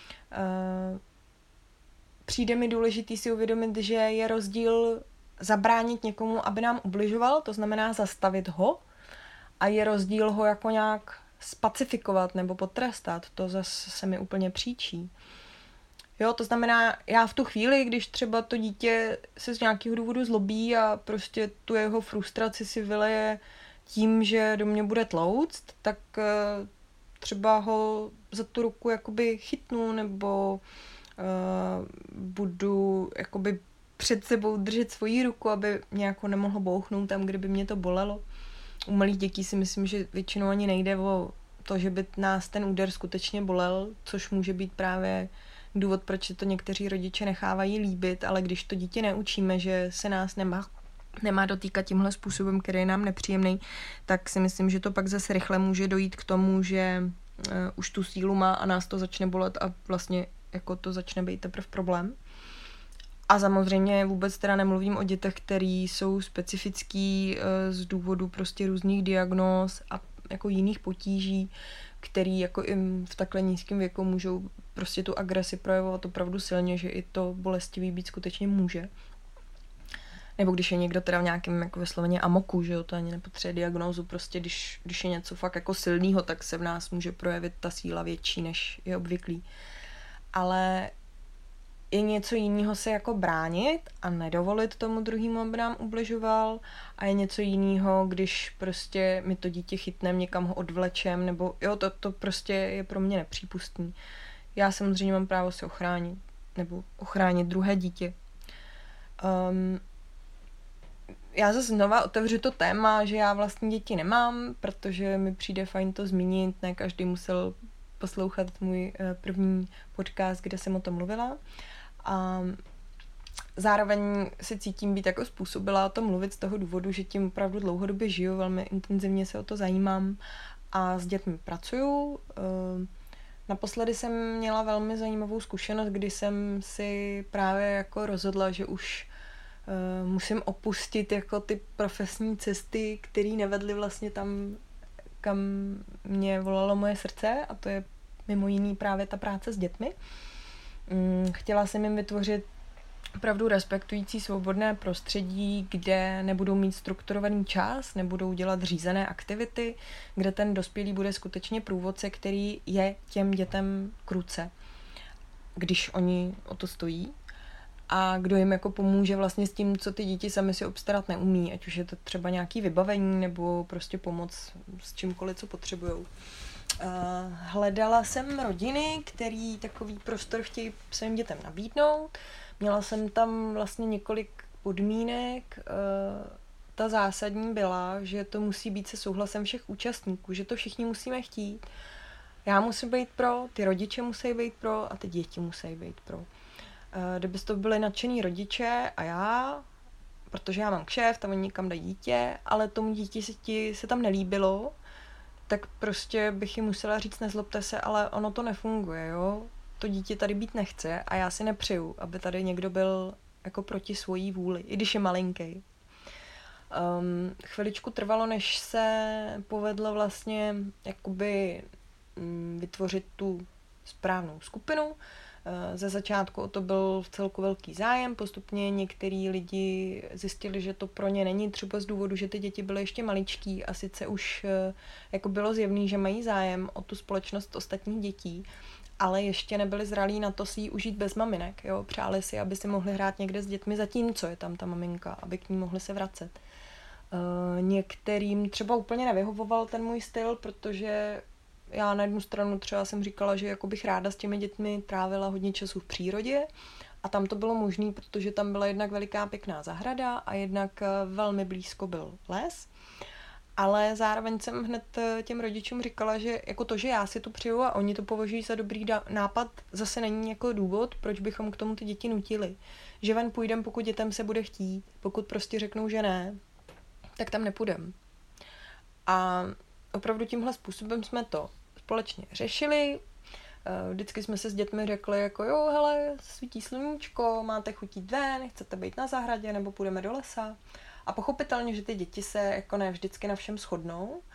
A: Přijde mi důležitý si uvědomit, že je rozdíl zabránit někomu, aby nám ubližoval, to znamená zastavit ho, a je rozdíl ho jako nějak spacifikovat nebo potrestat. To zase se mi úplně příčí. Jo, to znamená, já v tu chvíli, když třeba to dítě se z nějakého důvodu zlobí a prostě tu jeho frustraci si vyleje tím, že do mě bude tlouct, tak uh, třeba ho za tu ruku jakoby chytnu nebo uh, budu jakoby před sebou držet svoji ruku, aby mě jako nemohlo bouchnout tam, kde by mě to bolelo. U malých dětí si myslím, že většinou ani nejde o to, že by nás ten úder skutečně bolel, což může být právě důvod, proč to někteří rodiče nechávají líbit, ale když to dítě neučíme, že se nás nemá, nemá dotýkat tímhle způsobem, který je nám nepříjemný, tak si myslím, že to pak zase rychle může dojít k tomu, že uh, už tu sílu má a nás to začne bolet a vlastně jako to začne být teprve problém. A samozřejmě vůbec teda nemluvím o dětech, který jsou specifický uh, z důvodu prostě různých diagnóz a jako jiných potíží, který jako i v takhle nízkém věku můžou prostě tu agresi projevovat opravdu silně, že i to bolestivý být skutečně může. Nebo když je někdo teda v nějakém jako vysloveně amoku, že jo, to ani nepotřebuje diagnózu, prostě když, když je něco fakt jako silného, tak se v nás může projevit ta síla větší, než je obvyklý. Ale je něco jiného se jako bránit a nedovolit tomu druhému, aby nám ubližoval, a je něco jiného, když prostě mi to dítě chytnem, někam ho odvlečem, nebo jo, to, to prostě je pro mě nepřípustný. Já samozřejmě mám právo se ochránit, nebo ochránit druhé dítě. Um, já zase znova otevřu to téma, že já vlastně děti nemám, protože mi přijde fajn to zmínit, ne každý musel poslouchat můj uh, první podcast, kde jsem o tom mluvila. A zároveň si cítím být jako způsobila to mluvit z toho důvodu, že tím opravdu dlouhodobě žiju, velmi intenzivně se o to zajímám a s dětmi pracuju. Naposledy jsem měla velmi zajímavou zkušenost, kdy jsem si právě jako rozhodla, že už musím opustit jako ty profesní cesty, které nevedly vlastně tam, kam mě volalo moje srdce, a to je mimo jiný právě ta práce s dětmi. Chtěla jsem jim vytvořit opravdu respektující svobodné prostředí, kde nebudou mít strukturovaný čas, nebudou dělat řízené aktivity, kde ten dospělý bude skutečně průvodce, který je těm dětem k ruce, když oni o to stojí, a kdo jim jako pomůže vlastně s tím, co ty děti sami si obstarat neumí, ať už je to třeba nějaký vybavení nebo prostě pomoc s čímkoliv, co potřebujou. Uh, hledala jsem rodiny, který takový prostor chtějí svým dětem nabídnout. Měla jsem tam vlastně několik podmínek. Uh, ta zásadní byla, že to musí být se souhlasem všech účastníků, že to všichni musíme chtít. Já musím být pro, ty rodiče musí být pro a ty děti musí být pro. Uh, kdyby to byly nadšený rodiče a já, protože já mám kšeft a oni někam dají dítě, ale tomu dítěti se tam nelíbilo, tak prostě bych jim musela říct, nezlobte se, ale ono to nefunguje, jo. To dítě tady být nechce a já si nepřeju, aby tady někdo byl jako proti svojí vůli, i když je malinký. Um, chviličku trvalo, než se povedlo vlastně jakoby um, vytvořit tu správnou skupinu. Ze začátku o to byl v celku velký zájem, postupně některý lidi zjistili, že to pro ně není, třeba z důvodu, že ty děti byly ještě maličký a sice už jako bylo zjevný, že mají zájem o tu společnost ostatních dětí, ale ještě nebyli zralí na to si ji užít bez maminek. Jo? Přáli si, aby si mohli hrát někde s dětmi zatímco je tam ta maminka, aby k ní mohli se vracet. Uh, některým třeba úplně nevyhovoval ten můj styl, protože já na jednu stranu třeba jsem říkala, že jako bych ráda s těmi dětmi trávila hodně času v přírodě a tam to bylo možné, protože tam byla jednak veliká pěkná zahrada a jednak velmi blízko byl les. Ale zároveň jsem hned těm rodičům říkala, že jako to, že já si to přeju a oni to považují za dobrý nápad, zase není jako důvod, proč bychom k tomu ty děti nutili. Že ven půjdem, pokud dětem se bude chtít, pokud prostě řeknou, že ne, tak tam nepůjdem. A opravdu tímhle způsobem jsme to společně řešili. Vždycky jsme se s dětmi řekli, jako jo, hele, svítí sluníčko, máte chuť jít ven, chcete být na zahradě, nebo půjdeme do lesa. A pochopitelně, že ty děti se jako ne vždycky na všem shodnou,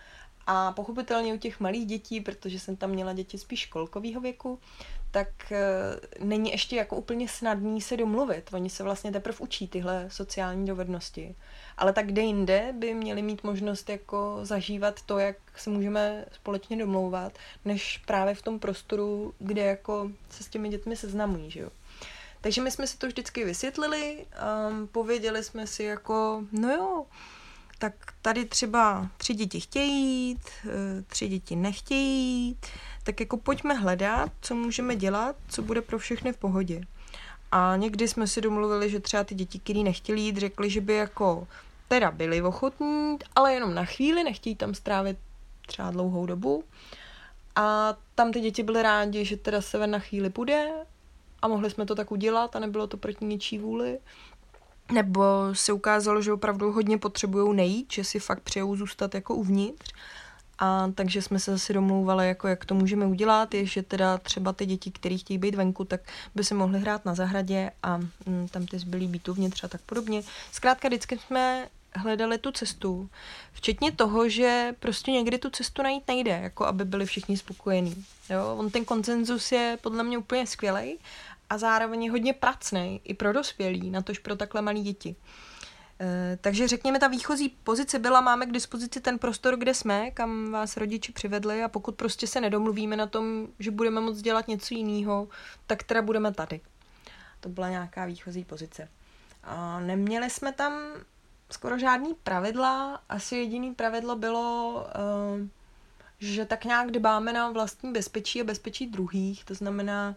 A: A pochopitelně u těch malých dětí, protože jsem tam měla děti spíš školkového věku, tak e, není ještě jako úplně snadný se domluvit. Oni se vlastně teprve učí tyhle sociální dovednosti. Ale tak kde jinde by měli mít možnost jako zažívat to, jak se můžeme společně domlouvat, než právě v tom prostoru, kde jako se s těmi dětmi seznamují, že jo. Takže my jsme si to vždycky vysvětlili, um, pověděli jsme si jako, no jo, tak tady třeba tři děti chtějí jít, tři děti nechtějí jít, tak jako pojďme hledat, co můžeme dělat, co bude pro všechny v pohodě. A někdy jsme si domluvili, že třeba ty děti, které nechtěli jít, řekli, že by jako teda byli ochotní, ale jenom na chvíli, nechtějí tam strávit třeba dlouhou dobu. A tam ty děti byly rádi, že teda se ven na chvíli půjde a mohli jsme to tak udělat a nebylo to proti ničí vůli. Nebo se ukázalo, že opravdu hodně potřebujou nejít, že si fakt přejou zůstat jako uvnitř. A takže jsme se zase domlouvali, jako jak to můžeme udělat, je, že teda třeba ty děti, které chtějí být venku, tak by se mohly hrát na zahradě a mm, tam ty zbylí být uvnitř a tak podobně. Zkrátka vždycky jsme hledali tu cestu, včetně toho, že prostě někdy tu cestu najít nejde, jako aby byli všichni spokojení. Jo? On ten konsenzus je podle mě úplně skvělej a zároveň je hodně pracnej i pro dospělí, natož pro takhle malí děti. E, takže řekněme, ta výchozí pozice byla, máme k dispozici ten prostor, kde jsme, kam vás rodiči přivedli a pokud prostě se nedomluvíme na tom, že budeme moct dělat něco jiného, tak teda budeme tady. To byla nějaká výchozí pozice. A neměli jsme tam skoro žádný pravidla, asi jediný pravidlo bylo, e, že tak nějak dbáme na vlastní bezpečí a bezpečí druhých, to znamená,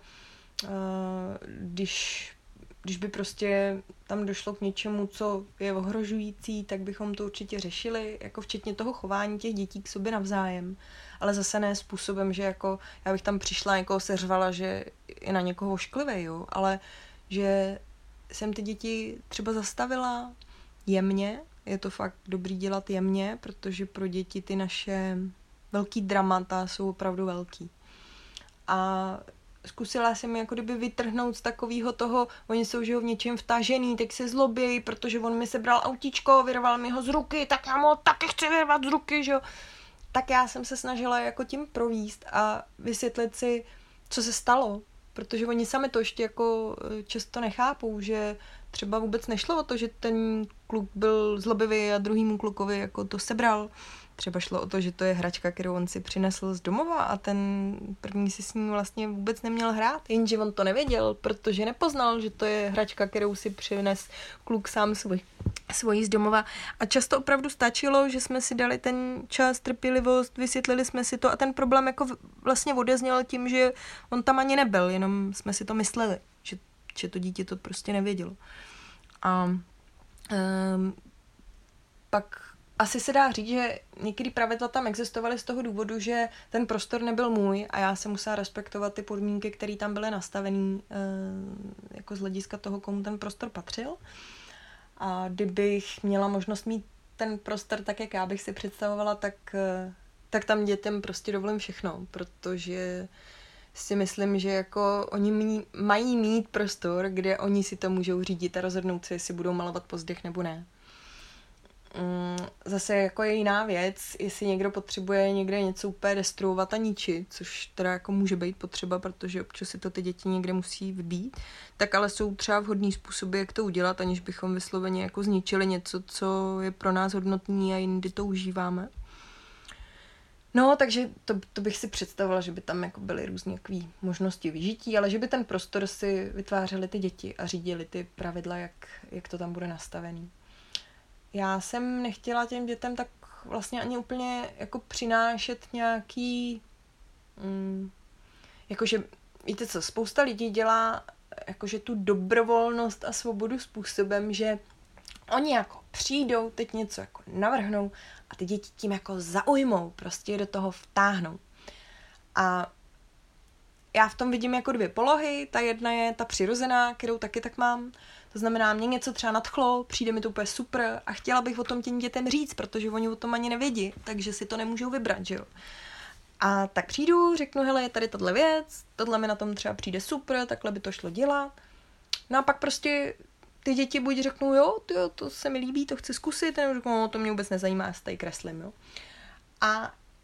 A: když, když by prostě tam došlo k něčemu, co je ohrožující, tak bychom to určitě řešili, jako včetně toho chování těch dětí k sobě navzájem, ale zase ne způsobem, že jako já bych tam přišla a někoho seřvala, že je na někoho ošklivej, jo, ale že jsem ty děti třeba zastavila jemně, je to fakt dobrý dělat jemně, protože pro děti ty naše velký dramata jsou opravdu velký. A zkusila jsem jako kdyby vytrhnout z takového toho, oni jsou že ho v něčem vtažený, tak se zlobějí, protože on mi sebral autíčko, vyrval mi ho z ruky, tak já mu ho taky chci vyrvat z ruky, že jo. Tak já jsem se snažila jako tím províst a vysvětlit si, co se stalo, protože oni sami to ještě jako často nechápou, že třeba vůbec nešlo o to, že ten kluk byl zlobivý a druhýmu klukovi jako to sebral. Třeba šlo o to, že to je hračka, kterou on si přinesl z domova a ten první si s ní vlastně vůbec neměl hrát, jenže on to nevěděl, protože nepoznal, že to je hračka, kterou si přines kluk sám svůj, svojí z domova. A často opravdu stačilo, že jsme si dali ten čas, trpělivost, vysvětlili jsme si to a ten problém jako vlastně odezněl tím, že on tam ani nebyl, jenom jsme si to mysleli, že, že to dítě to prostě nevědělo. A um, pak asi se dá říct, že některé pravidla tam existovaly z toho důvodu, že ten prostor nebyl můj a já jsem musela respektovat ty podmínky, které tam byly nastavený jako z hlediska toho, komu ten prostor patřil. A kdybych měla možnost mít ten prostor tak, jak já bych si představovala, tak, tak tam dětem prostě dovolím všechno, protože si myslím, že jako oni mí, mají mít prostor, kde oni si to můžou řídit a rozhodnout si, jestli budou malovat pozdech nebo ne. Zase jako je jiná věc, jestli někdo potřebuje někde něco úplně destruovat a ničit, což teda jako může být potřeba, protože občas si to ty děti někde musí vybít, tak ale jsou třeba vhodný způsoby, jak to udělat, aniž bychom vysloveně jako zničili něco, co je pro nás hodnotný a jindy to užíváme. No, takže to, to bych si představovala, že by tam jako byly různé možnosti vyžití, ale že by ten prostor si vytvářely ty děti a řídili ty pravidla, jak, jak to tam bude nastavený. Já jsem nechtěla těm dětem tak vlastně ani úplně jako přinášet nějaký, mm, jakože, víte co, spousta lidí dělá jakože tu dobrovolnost a svobodu způsobem, že oni jako přijdou, teď něco jako navrhnou a ty děti tím jako zaujmou, prostě do toho vtáhnou. A já v tom vidím jako dvě polohy, ta jedna je ta přirozená, kterou taky tak mám. To znamená, mě něco třeba nadchlo, přijde mi to úplně super a chtěla bych o tom těm dětem říct, protože oni o tom ani nevědí, takže si to nemůžou vybrat, že jo. A tak přijdu, řeknu, hele, je tady tahle věc, tohle mi na tom třeba přijde super, takhle by to šlo dělat. No a pak prostě ty děti buď řeknou, jo, tyjo, to se mi líbí, to chci zkusit, nebo řeknou, no, to mě vůbec nezajímá, já se tady kreslím, jo. A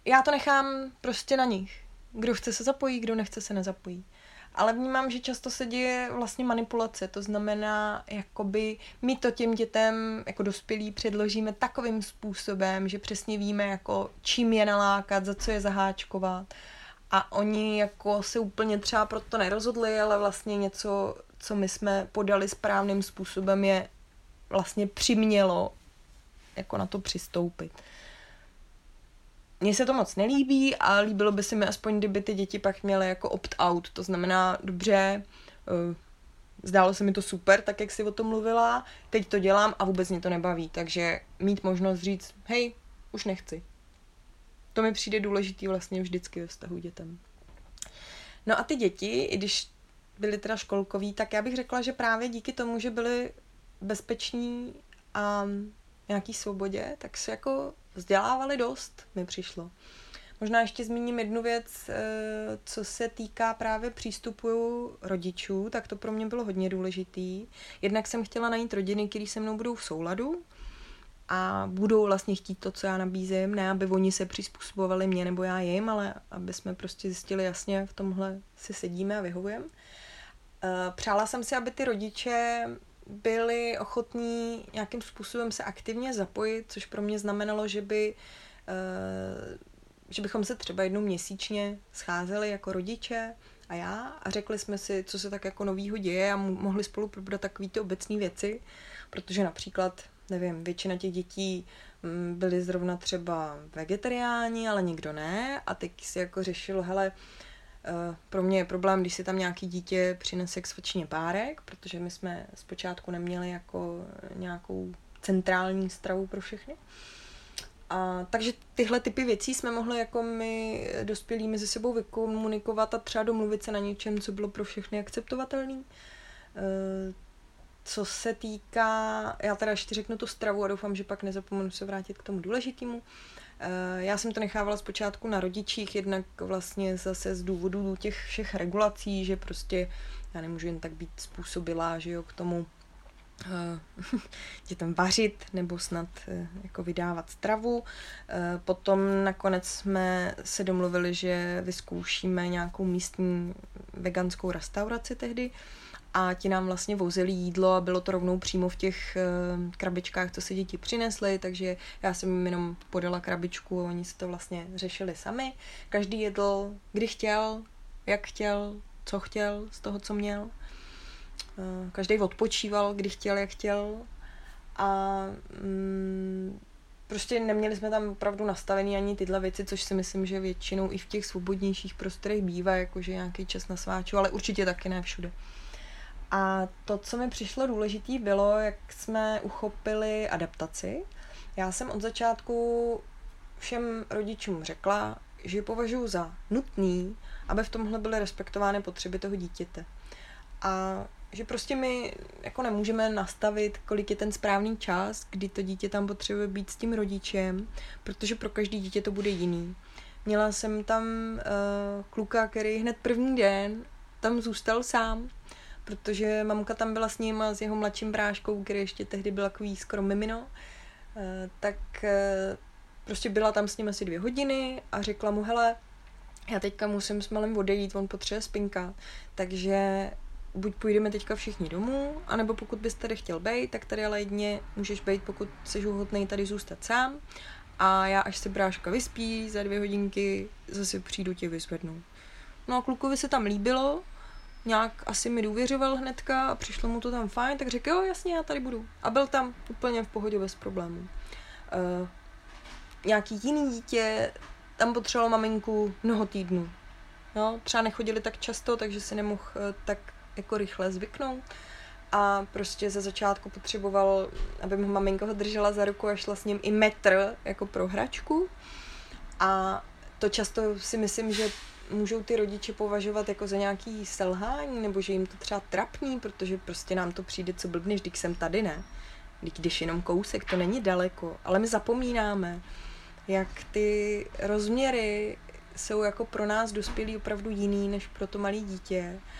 A: já to nechám prostě na nich. Kdo chce se zapojí, kdo nechce se nezapojí. Ale vnímám, že často se děje vlastně manipulace, to znamená, jakoby my to těm dětem jako dospělí předložíme takovým způsobem, že přesně víme, jako čím je nalákat, za co je zaháčkovat a oni jako se úplně třeba proto nerozhodli, ale vlastně něco, co my jsme podali správným způsobem, je vlastně přimělo jako na to přistoupit. Mně se to moc nelíbí a líbilo by se mi aspoň, kdyby ty děti pak měly jako opt-out, to znamená, dobře, zdálo se mi to super, tak jak jsi o tom mluvila, teď to dělám a vůbec mě to nebaví, takže mít možnost říct, hej, už nechci. To mi přijde důležitý vlastně vždycky ve vztahu dětem. No a ty děti, i když byly teda školkoví, tak já bych řekla, že právě díky tomu, že byly bezpeční a nějaký svobodě, tak se jako vzdělávali dost, mi přišlo. Možná ještě zmíním jednu věc, co se týká právě přístupu rodičů, tak to pro mě bylo hodně důležitý. Jednak jsem chtěla najít rodiny, které se mnou budou v souladu a budou vlastně chtít to, co já nabízím, ne aby oni se přizpůsobovali mě nebo já jim, ale aby jsme prostě zjistili jasně, v tomhle si sedíme a vyhovujeme. Přála jsem si, aby ty rodiče byli ochotní nějakým způsobem se aktivně zapojit, což pro mě znamenalo, že by, že bychom se třeba jednou měsíčně scházeli jako rodiče a já a řekli jsme si, co se tak jako novýho děje a mohli spolu probrat takový ty obecné věci, protože například, nevím, většina těch dětí byly zrovna třeba vegetariáni, ale někdo ne a teď si jako řešil, hele, pro mě je problém, když si tam nějaký dítě přinese k svačině párek, protože my jsme zpočátku neměli jako nějakou centrální stravu pro všechny. A, takže tyhle typy věcí jsme mohli jako my dospělí mezi sebou vykomunikovat a třeba domluvit se na něčem, co bylo pro všechny akceptovatelný. Co se týká, já teda ještě řeknu tu stravu a doufám, že pak nezapomenu se vrátit k tomu důležitému. Já jsem to nechávala zpočátku na rodičích, jednak vlastně zase z důvodu těch všech regulací, že prostě já nemůžu jen tak být způsobilá, že jo, k tomu uh, dětem vařit nebo snad uh, jako vydávat stravu. Uh, potom nakonec jsme se domluvili, že vyzkoušíme nějakou místní veganskou restauraci tehdy, a ti nám vlastně vozili jídlo a bylo to rovnou přímo v těch uh, krabičkách, co si děti přinesly, takže já jsem jim jenom podala krabičku a oni si to vlastně řešili sami. Každý jedl, kdy chtěl, jak chtěl, co chtěl z toho, co měl. Uh, každý odpočíval, kdy chtěl, jak chtěl a mm, prostě neměli jsme tam opravdu nastavený ani tyhle věci, což si myslím, že většinou i v těch svobodnějších prostorech bývá, jakože nějaký čas na sváču, ale určitě taky ne všude. A to, co mi přišlo důležitý, bylo, jak jsme uchopili adaptaci. Já jsem od začátku všem rodičům řekla, že považuji za nutný, aby v tomhle byly respektovány potřeby toho dítěte. A že prostě my jako nemůžeme nastavit, kolik je ten správný čas, kdy to dítě tam potřebuje být s tím rodičem, protože pro každé dítě to bude jiný. Měla jsem tam uh, kluka, který hned první den tam zůstal sám, protože mamka tam byla s ním a s jeho mladším bráškou, který ještě tehdy byl takový skoro mimino, tak prostě byla tam s ním asi dvě hodiny a řekla mu, hele, já teďka musím s malým odejít, on potřebuje spinkat, takže buď půjdeme teďka všichni domů, anebo pokud bys tady chtěl bejt, tak tady ale jedině můžeš bejt, pokud jsi ochotnej tady zůstat sám a já, až se bráška vyspí za dvě hodinky, zase přijdu tě vyzvednout. No a klukovi se tam líbilo, nějak asi mi důvěřoval hnedka a přišlo mu to tam fajn, tak řekl, jo, jasně, já tady budu. A byl tam úplně v pohodě bez problémů. Uh, nějaký jiný dítě tam potřebovalo maminku mnoho týdnů. No, třeba nechodili tak často, takže si nemohl uh, tak jako rychle zvyknout. A prostě ze začátku potřeboval, aby mu maminka ho držela za ruku a šla s ním i metr jako pro hračku. A to často si myslím, že můžou ty rodiče považovat jako za nějaký selhání, nebo že jim to třeba trapní, protože prostě nám to přijde, co blbneš, když jsem tady, ne? Když jenom kousek, to není daleko. Ale my zapomínáme, jak ty rozměry jsou jako pro nás dospělí opravdu jiný, než pro to malé dítě.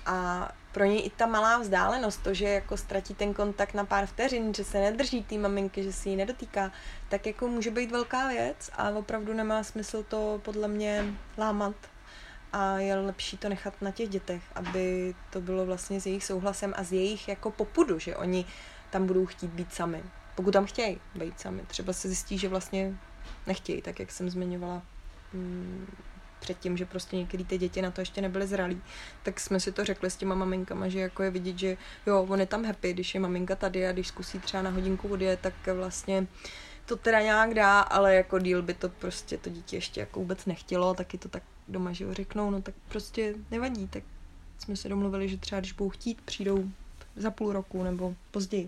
A: A pro něj i ta malá vzdálenost, to, že jako ztratí ten kontakt na pár vteřin, že se nedrží té maminky, že si ji nedotýká, tak jako může být velká věc a opravdu nemá smysl to podle mě lámat. A je lepší to nechat na těch dětech, aby to bylo vlastně s jejich souhlasem a s jejich jako popudu, že oni tam budou chtít být sami. Pokud tam chtějí být sami. Třeba se zjistí, že vlastně nechtějí, tak jak jsem zmiňovala hmm, předtím, že prostě některé ty děti na to ještě nebyly zralí. Tak jsme si to řekli s těma maminkama, že jako je vidět, že jo, on je tam happy, když je maminka tady a když zkusí třeba na hodinku odjet, tak vlastně to teda nějak dá, ale jako díl by to prostě to dítě ještě jako vůbec nechtělo, taky to tak doma, že ho řeknou, no tak prostě nevadí, tak jsme se domluvili, že třeba když budou chtít, přijdou za půl roku nebo později.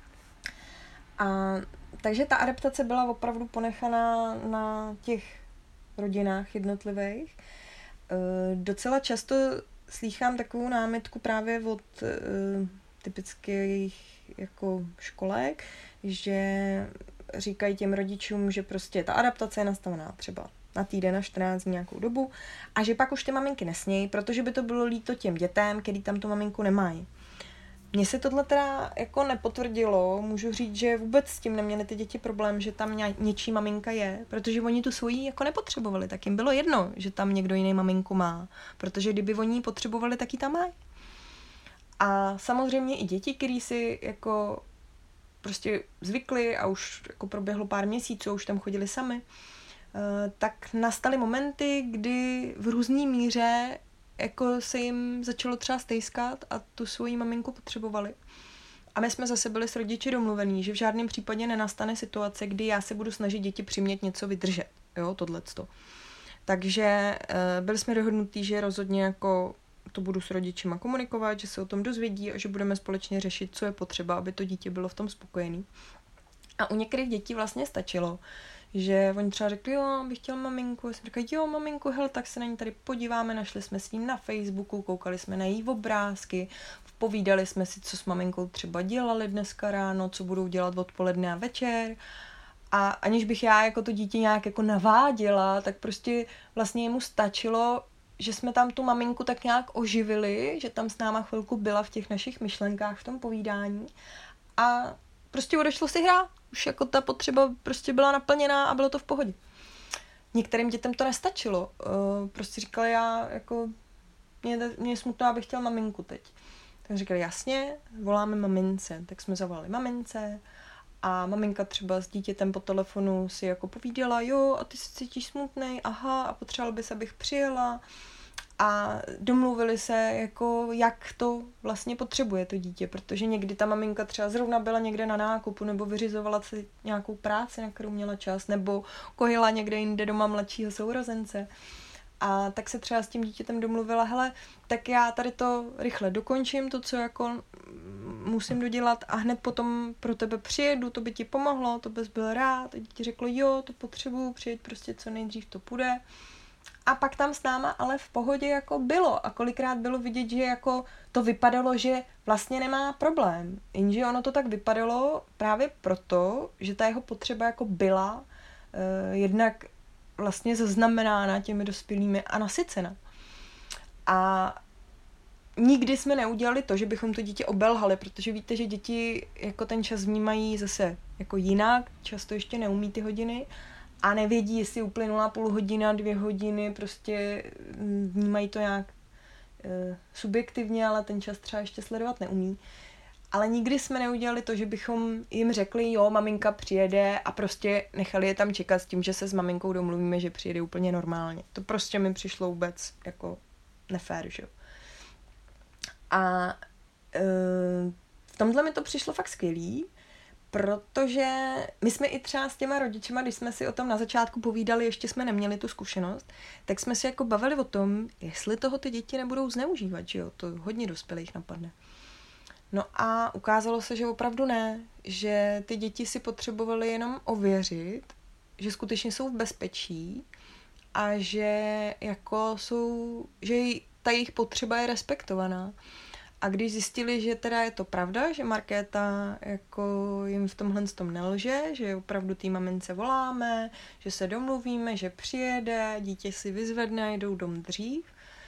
A: A takže ta adaptace byla opravdu ponechaná na těch rodinách jednotlivých. E, docela často slýchám takovou námitku právě od e, typických jako školek, že říkají těm rodičům, že prostě ta adaptace je nastavená třeba na týden, na čtrnáct dní nějakou dobu a že pak už ty maminky nesmějí, protože by to bylo líto těm dětem, který tam tu maminku nemají. Mně se tohle teda jako nepotvrdilo, můžu říct, že vůbec s tím neměly ty děti problém, že tam ně, něčí maminka je, protože oni tu svoji jako nepotřebovali, tak jim bylo jedno, že tam někdo jiný maminku má, protože kdyby oni ji potřebovali, tak ji tam mají. A samozřejmě i děti, který si jako prostě zvykli a už jako proběhlo pár měsíců a už tam chodili sami, tak nastaly momenty, kdy v různý míře jako se jim začalo třeba stejskat a tu svoji maminku potřebovali. A my jsme zase byli s rodiči domluvení, že v žádném případě nenastane situace, kdy já se budu snažit děti přimět něco vydržet. Jo, tohleto. Takže byli jsme dohodnutí, že rozhodně jako to budu s rodičima komunikovat, že se o tom dozvědí a že budeme společně řešit, co je potřeba, aby to dítě bylo v tom spokojený. A u některých dětí vlastně stačilo, že oni třeba řekli, jo, bych chtěl maminku, já jsem říkala, jo, maminku, hel, tak se na ní tady podíváme, našli jsme s ní na Facebooku, koukali jsme na její obrázky, povídali jsme si, co s maminkou třeba dělali dneska ráno, co budou dělat odpoledne a večer. A aniž bych já jako to dítě nějak jako naváděla, tak prostě vlastně jemu stačilo, že jsme tam tu maminku tak nějak oživili, že tam s náma chvilku byla v těch našich myšlenkách, v tom povídání a prostě odešlo si hrát. Už jako ta potřeba prostě byla naplněná a bylo to v pohodě. Některým dětem to nestačilo. Prostě říkali, já jako, mě, mě je smutno, abych chtěl maminku teď. Tak říkali, jasně, voláme mamince. Tak jsme zavolali mamince a maminka třeba s dítětem po telefonu si jako povídala, jo, a ty se cítíš smutnej, aha, a potřeboval bys, abych přijela. A domluvili se, jako jak to vlastně potřebuje to dítě, protože někdy ta maminka třeba zrovna byla někde na nákupu nebo vyřizovala si nějakou práci, na kterou měla čas, nebo kojila někde jinde doma mladšího sourozence. A tak se třeba s tím dítětem domluvila, hele, tak já tady to rychle dokončím, to, co jako musím dodělat a hned potom pro tebe přijedu, to by ti pomohlo, to bys byl rád. A dítě řeklo, jo, to potřebuju, přijeď prostě co nejdřív to půjde. A pak tam s náma ale v pohodě jako bylo a kolikrát bylo vidět, že jako to vypadalo, že vlastně nemá problém. Jenže ono to tak vypadalo právě proto, že ta jeho potřeba jako byla eh, jednak vlastně zaznamenána těmi dospělými a nasycena. A nikdy jsme neudělali to, že bychom to dítě obelhali, protože víte, že děti jako ten čas vnímají zase jako jinak, často ještě neumí ty hodiny, a nevědí, jestli uplynula půl hodina, dvě hodiny, prostě vnímají to nějak e, subjektivně, ale ten čas třeba ještě sledovat neumí. Ale nikdy jsme neudělali to, že bychom jim řekli, jo, maminka přijede a prostě nechali je tam čekat s tím, že se s maminkou domluvíme, že přijede úplně normálně. To prostě mi přišlo vůbec jako nefér, že jo. A e, v tomhle mi to přišlo fakt skvělý, protože my jsme i třeba s těma rodičema, když jsme si o tom na začátku povídali, ještě jsme neměli tu zkušenost, tak jsme si jako bavili o tom, jestli toho ty děti nebudou zneužívat, že jo, to hodně dospělých napadne. No a ukázalo se, že opravdu ne, že ty děti si potřebovaly jenom ověřit, že skutečně jsou v bezpečí a že jako jsou, že ta jejich potřeba je respektovaná. A když zjistili, že teda je to pravda, že Markéta jako jim v tomhle tom nelže, že opravdu té mamince voláme, že se domluvíme, že přijede, dítě si vyzvedne, jdou dom dřív,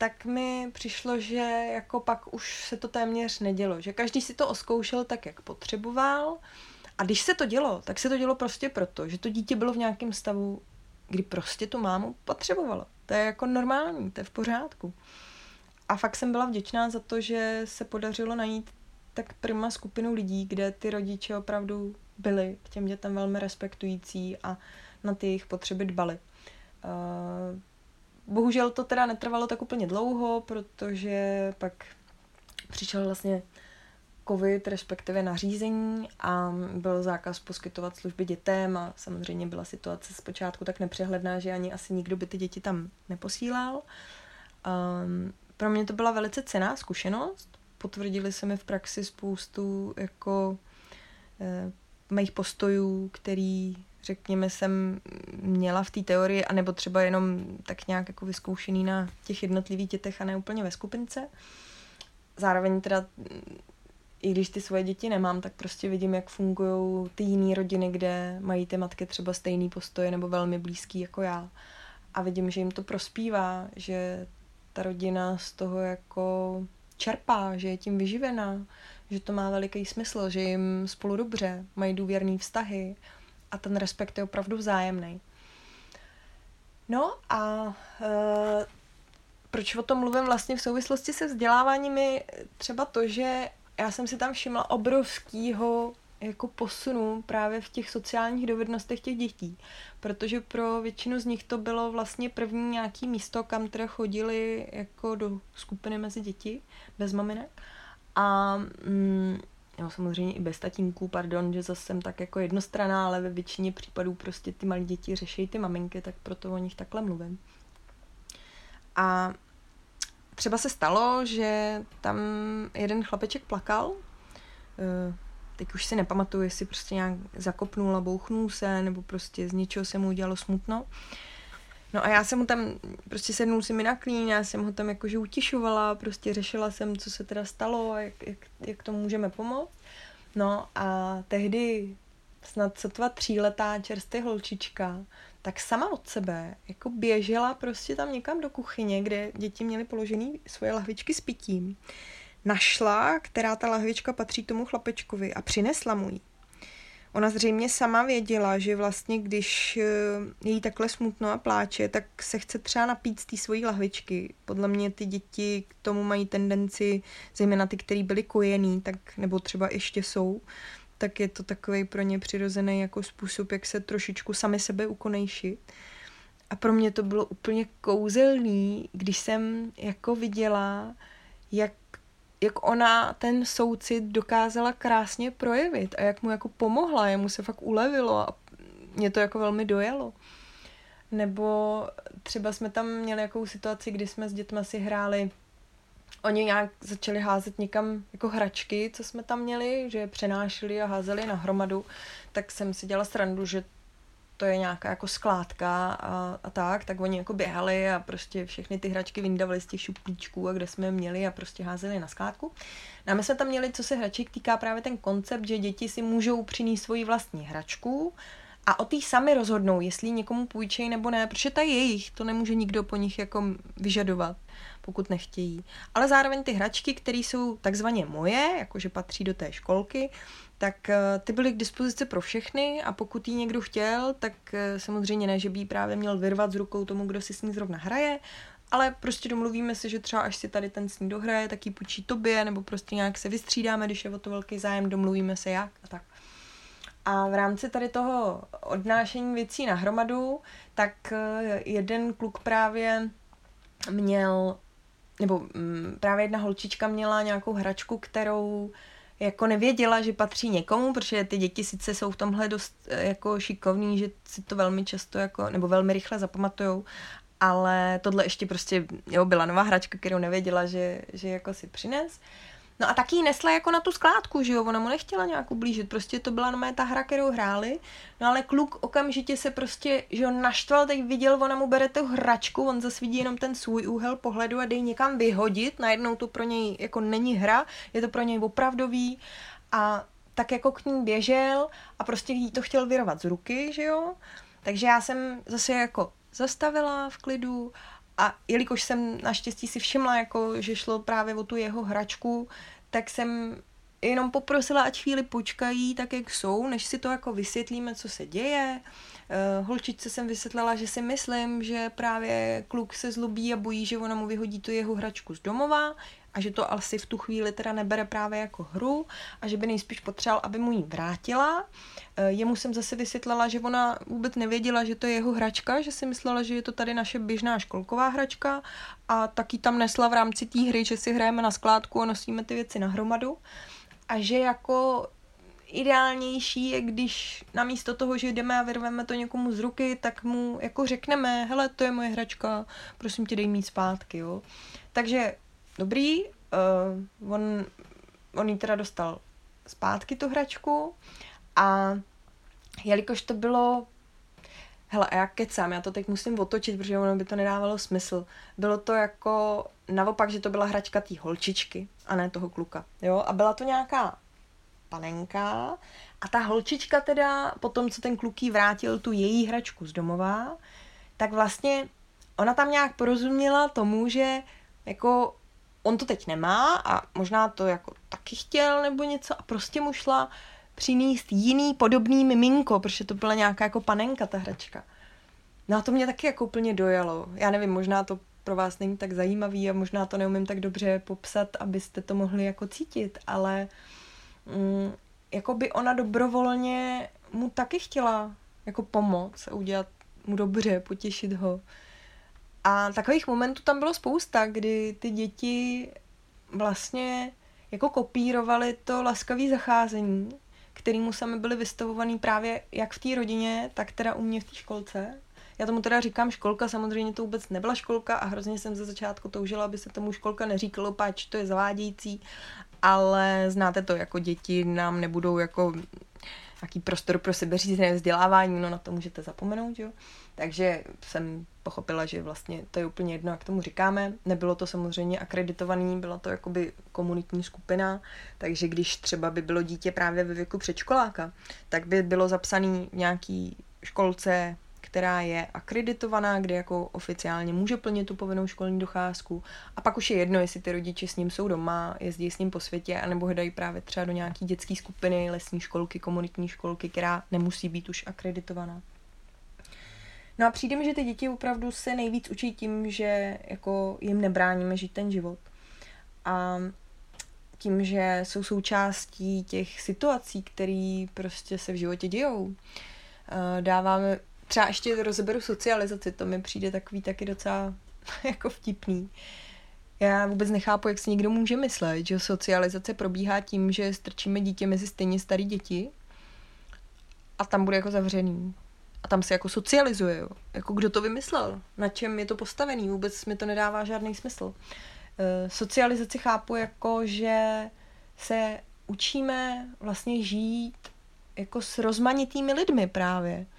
A: tak mi přišlo, že jako pak už se to téměř nedělo. Že každý si to oskoušel tak, jak potřeboval. A když se to dělo, tak se to dělo prostě proto, že to dítě bylo v nějakém stavu, kdy prostě tu mámu potřebovalo. To je jako normální, to je v pořádku. A fakt jsem byla vděčná za to, že se podařilo najít tak prima skupinu lidí, kde ty rodiče opravdu byli k těm dětem velmi respektující a na ty jejich potřeby dbali. Uh, bohužel to teda netrvalo tak úplně dlouho, protože pak přišel vlastně covid, respektive nařízení a byl zákaz poskytovat služby dětem a samozřejmě byla situace zpočátku tak nepřehledná, že ani asi nikdo by ty děti tam neposílal. Um, pro mě to byla velice cenná zkušenost. Potvrdili se mi v praxi spoustu jako eh, mých postojů, který, řekněme, jsem měla v té teorii, anebo třeba jenom tak nějak jako vyzkoušený na těch jednotlivých dětech a ne úplně ve skupince. Zároveň teda, i když ty svoje děti nemám, tak prostě vidím, jak fungují ty jiné rodiny, kde mají ty matky třeba stejný postoje nebo velmi blízký jako já. A vidím, že jim to prospívá, že ta rodina z toho jako čerpá, že je tím vyživená, že to má veliký smysl, že jim spolu dobře, mají důvěrný vztahy a ten respekt je opravdu vzájemný. No a e, proč o tom mluvím vlastně v souvislosti se vzděláváním je třeba to, že já jsem si tam všimla obrovskýho jako posunu právě v těch sociálních dovednostech těch dětí, protože pro většinu z nich to bylo vlastně první nějaký místo, kam teda chodili jako do skupiny mezi děti, bez maminek. A mm, jo, samozřejmě i bez tatínků, pardon, že zase jsem tak jako jednostranná, ale ve většině případů prostě ty malé děti řeší ty maminky, tak proto o nich takhle mluvím. A třeba se stalo, že tam jeden chlapeček plakal, teď už si nepamatuju, jestli prostě nějak zakopnul a bouchnul se, nebo prostě z něčeho se mu udělalo smutno. No a já jsem mu tam, prostě sednul si mi na klín, já jsem ho tam jakože utišovala, prostě řešila jsem, co se teda stalo a jak, jak, jak tomu můžeme pomoct. No a tehdy snad sotva tříletá čerstvá holčička, tak sama od sebe jako běžela prostě tam někam do kuchyně, kde děti měly položený svoje lahvičky s pitím. Našla, která ta lahvička patří tomu chlapečkovi a přinesla mu ji. Ona zřejmě sama věděla, že vlastně když je jí takhle smutno a pláče, tak se chce třeba napít z té svojí lahvičky. Podle mě ty děti k tomu mají tendenci, zejména ty, které byly kojený, tak, nebo třeba ještě jsou, tak je to takový pro ně přirozený jako způsob, jak se trošičku sami sebe ukonejšit. A pro mě to bylo úplně kouzelný, když jsem jako viděla, jak jak ona ten soucit dokázala krásně projevit a jak mu jako pomohla, jemu se fakt ulevilo a mě to jako velmi dojelo. Nebo třeba jsme tam měli jakou situaci, kdy jsme s dětmi si hráli, oni nějak začali házet někam jako hračky, co jsme tam měli, že je přenášeli a házeli na hromadu, tak jsem si dělala srandu, že to je nějaká jako skládka a, a tak, tak oni jako běhali a prostě všechny ty hračky vyndavali z těch šuplíčků a kde jsme je měli a prostě házeli na skládku. No a my jsme tam měli, co se hraček týká, právě ten koncept, že děti si můžou přinést svoji vlastní hračku a o tý sami rozhodnou, jestli ji někomu půjčejí nebo ne, protože ta je jejich, to nemůže nikdo po nich jako vyžadovat, pokud nechtějí. Ale zároveň ty hračky, které jsou takzvaně moje, jakože patří do té školky, tak ty byly k dispozici pro všechny a pokud jí někdo chtěl, tak samozřejmě ne, že by jí právě měl vyrvat z rukou tomu, kdo si s ní zrovna hraje, ale prostě domluvíme se, že třeba až si tady ten s ní dohraje, tak ji půjčí tobě, nebo prostě nějak se vystřídáme, když je o to velký zájem, domluvíme se jak a tak. A v rámci tady toho odnášení věcí na hromadu, tak jeden kluk právě měl, nebo právě jedna holčička měla nějakou hračku, kterou jako nevěděla, že patří někomu, protože ty děti sice jsou v tomhle dost jako šikovný, že si to velmi často jako, nebo velmi rychle zapamatujou, ale tohle ještě prostě, jo, byla nová hračka, kterou nevěděla, že, že jako si přines. No a taky ji nesla jako na tu skládku, že jo, ona mu nechtěla nějak ublížit, prostě to byla normálně ta hra, kterou hráli, no ale kluk okamžitě se prostě, že on naštval, teď viděl, ona mu bere tu hračku, on zase vidí jenom ten svůj úhel pohledu a dej někam vyhodit, najednou to pro něj jako není hra, je to pro něj opravdový a tak jako k ní běžel a prostě jí to chtěl vyrovat z ruky, že jo, takže já jsem zase jako zastavila v klidu A jelikož jsem naštěstí si všimla, jako, že šlo právě o tu jeho hračku, tak jsem jenom poprosila, ať chvíli počkají tak, jak jsou, než si to jako vysvětlíme, co se děje. Holčičce jsem vysvětlila, že si myslím, že právě kluk se zlobí a bojí, že ona mu vyhodí tu jeho hračku z domova a že to asi v tu chvíli teda nebere právě jako hru a že by nejspíš potřeboval, aby mu ji vrátila. Jemu jsem zase vysvětlila, že ona vůbec nevěděla, že to je jeho hračka, že si myslela, že je to tady naše běžná školková hračka a taky tam nesla v rámci té hry, že si hrajeme na skládku a nosíme ty věci na hromadu. A že jako ideálnější je, když namísto toho, že jdeme a vyrveme to někomu z ruky, tak mu jako řekneme, hele, to je moje hračka, prosím tě, dej mi zpátky, jo. Takže dobrý, uh, on, on jí teda dostal zpátky tu hračku a jelikož to bylo, hele, a já kecám, já to teď musím otočit, protože ono by to nedávalo smysl. Bylo to jako naopak, že to byla hračka té holčičky a ne toho kluka, jo. A byla to nějaká panenka a ta holčička teda, potom co ten kluk jí vrátil tu její hračku z domova, tak vlastně ona tam nějak porozuměla tomu, že jako on to teď nemá a možná to jako taky chtěl nebo něco a prostě mu šla přinést jiný podobný miminko, protože to byla nějaká jako panenka ta hračka. No a to mě taky jako úplně dojalo. Já nevím, možná to pro vás není tak zajímavý a možná to neumím tak dobře popsat, abyste to mohli jako cítit, ale mm, jako by ona dobrovolně mu taky chtěla jako pomoct a udělat mu dobře, potěšit ho. A takových momentů tam bylo spousta, kdy ty děti vlastně jako kopírovaly to laskavé zacházení, kterýmu sami byly vystavovaný právě jak v té rodině, tak teda u mě v té školce. Já tomu teda říkám školka, samozřejmě to vůbec nebyla školka a hrozně jsem ze začátku toužila, aby se tomu školka neříkalo, páč to je zavádějící, ale znáte to, jako děti nám nebudou jako nějaký prostor pro sebeřízené vzdělávání, no na to můžete zapomenout, jo. Takže jsem pochopila, že vlastně to je úplně jedno, jak tomu říkáme. Nebylo to samozřejmě akreditovaný, byla to jakoby komunitní skupina, takže když třeba by bylo dítě právě ve věku předškoláka, tak by bylo zapsané v nějaký školce, která je akreditovaná, kde jako oficiálně může plnit tu povinnou školní docházku. A pak už je jedno, jestli ty rodiče s ním jsou doma, jezdí s ním po světě, anebo ho dají právě třeba do nějaký dětské skupiny, lesní školky, komunitní školky, která nemusí být už akreditovaná. No a přijde mi, že ty děti opravdu se nejvíc učí tím, že jako jim nebráníme žít ten život. A tím, že jsou součástí těch situací, které prostě se v životě dějou. Dáváme, třeba ještě rozeberu socializaci, to mi přijde takový taky docela jako vtipný. Já vůbec nechápu, jak si někdo může myslet, že socializace probíhá tím, že strčíme dítě mezi stejně starý děti a tam bude jako zavřený. A tam se jako socializuje, jo. Jako kdo to vymyslel? Na čem je to postavený? Vůbec mi to nedává žádný smysl. E, socializaci chápu jako, že se učíme vlastně žít jako s rozmanitými lidmi právě. E,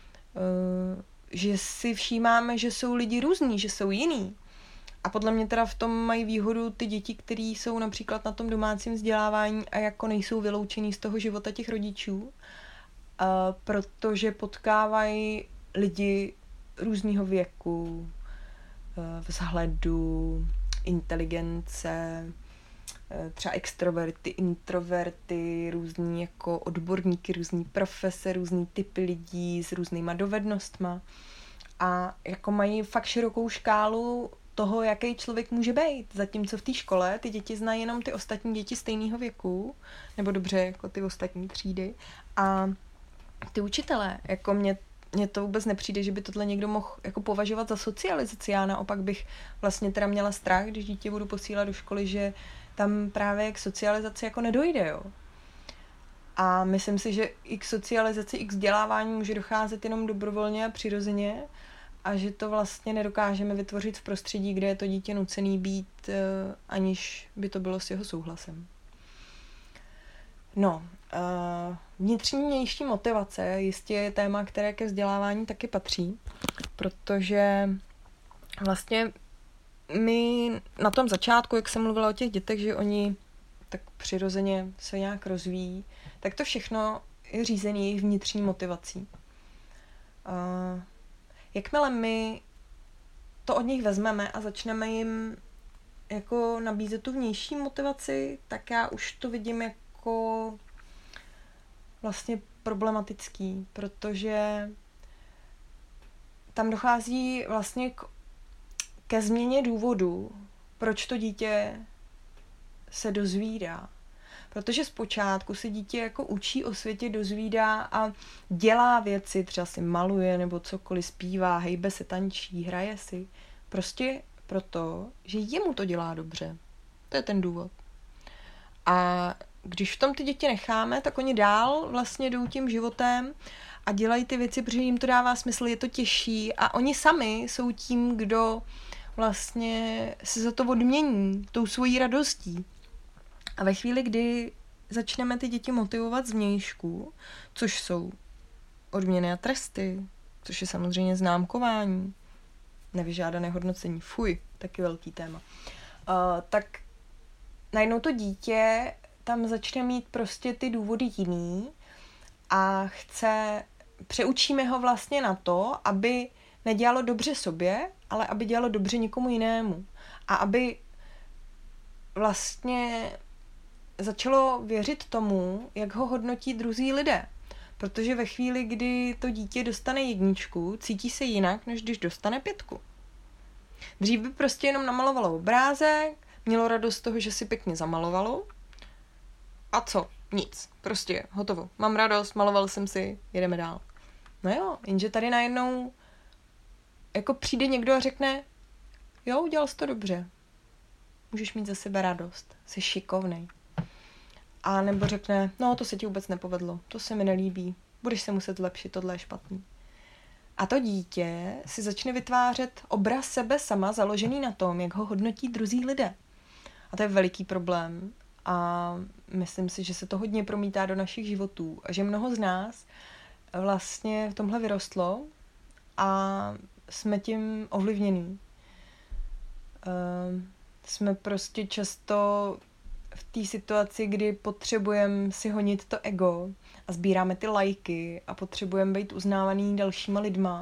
A: že si všímáme, že jsou lidi různí, že jsou jiný. A podle mě teda v tom mají výhodu ty děti, které jsou například na tom domácím vzdělávání a jako nejsou vyloučený z toho života těch rodičů, Uh, protože potkávají lidi různého věku, uh, vzhledu, inteligence, uh, třeba extroverty, introverty, různí jako odborníky, různý profese, různý typy lidí s různýma dovednostma a jako mají fakt širokou škálu toho, jaký člověk může být. Zatímco v té škole ty děti znají jenom ty ostatní děti stejného věku, nebo dobře jako ty ostatní třídy a ty učitelé, jako mě, mě to vůbec nepřijde, že by tohle někdo mohl jako považovat za socializaci. Já naopak bych vlastně teda měla strach, když dítě budu posílat do školy, že tam právě k socializaci jako nedojde, jo. A myslím si, že i k socializaci, i k vzdělávání může docházet jenom dobrovolně a přirozeně a že to vlastně nedokážeme vytvořit v prostředí, kde je to dítě nucený být, aniž by to bylo s jeho souhlasem. No, uh, vnitřní vnější motivace jistě je téma, které ke vzdělávání taky patří, protože vlastně my na tom začátku, jak jsem mluvila o těch dětech, že oni tak přirozeně se nějak rozvíjí, tak to všechno je řízené jejich vnitřní motivací. Uh, jakmile my to od nich vezmeme a začneme jim jako nabízet tu vnější motivaci, tak já už to vidím jako vlastně problematický, protože tam dochází vlastně k, ke změně důvodu, proč to dítě se dozvídá. Protože zpočátku se dítě jako učí o světě, dozvídá a dělá věci, třeba si maluje nebo cokoliv, zpívá, hejbe se, tančí, hraje si. Prostě proto, že jemu to dělá dobře. To je ten důvod. A když v tom ty děti necháme, tak oni dál vlastně jdou tím životem a dělají ty věci, protože jim to dává smysl, je to těžší a oni sami jsou tím, kdo vlastně se za to odmění tou svojí radostí. A ve chvíli, kdy začneme ty děti motivovat zvnějšku, což jsou odměny a tresty, což je samozřejmě známkování, nevyžádané hodnocení, fuj, taky velký téma, uh, tak najednou to dítě tam začne mít prostě ty důvody jiný a chce, přeučíme ho vlastně na to, aby nedělalo dobře sobě, ale aby dělalo dobře někomu jinému. A aby vlastně začalo věřit tomu, jak ho hodnotí druzí lidé. Protože ve chvíli, kdy to dítě dostane jedničku, cítí se jinak, než když dostane pětku. Dřív by prostě jenom namalovalo obrázek, mělo radost z toho, že si pěkně zamalovalo. A co? Nic. Prostě hotovo. Mám radost, maloval jsem si, jedeme dál. No jo, jenže tady najednou jako přijde někdo a řekne, jo, udělal jsi to dobře. Můžeš mít za sebe radost. Jsi šikovnej. A nebo řekne, no to se ti vůbec nepovedlo, to se mi nelíbí, budeš se muset zlepšit, tohle je špatný. A to dítě si začne vytvářet obraz sebe sama založený na tom, jak ho hodnotí druzí lidé. A to je veliký problém a myslím si, že se to hodně promítá do našich životů a že mnoho z nás vlastně v tomhle vyrostlo a jsme tím ovlivnění. Uh, jsme prostě často v té situaci, kdy potřebujeme si honit to ego a sbíráme ty lajky a potřebujeme být uznávaný dalšíma lidma,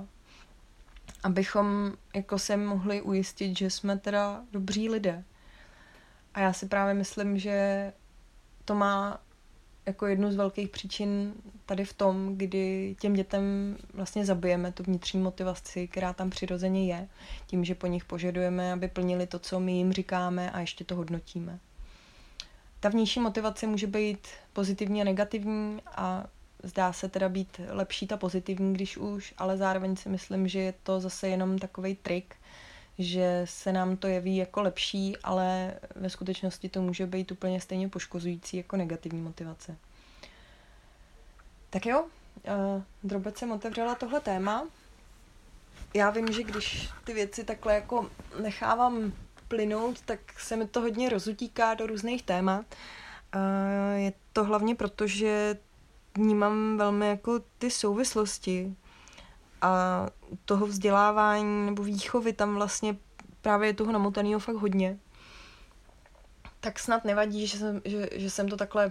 A: abychom jako se mohli ujistit, že jsme teda dobří lidé. A já si právě myslím, že to má jako jednu z velkých příčin tady v tom, kdy těm dětem vlastně zabijeme tu vnitřní motivaci, která tam přirozeně je, tím, že po nich požadujeme, aby plnili to, co my jim říkáme a ještě to hodnotíme. Ta vnější motivace může být pozitivní a negativní a zdá se teda být lepší ta pozitivní, když už, ale zároveň si myslím, že je to zase jenom takovej trik, že se nám to jeví jako lepší, ale ve skutečnosti to může být úplně stejně poškozující jako negativní motivace. Tak jo, uh, Drobec jsem otevřela tohle téma. Já vím, že když ty věci takhle jako nechávám plynout, tak se mi to hodně rozutíká do různých témat. Uh, je to hlavně proto, že vnímám velmi jako ty souvislosti a toho vzdělávání nebo výchovy tam vlastně právě je toho namotaného fakt hodně. Tak snad nevadí, že jsem, že, že jsem to takhle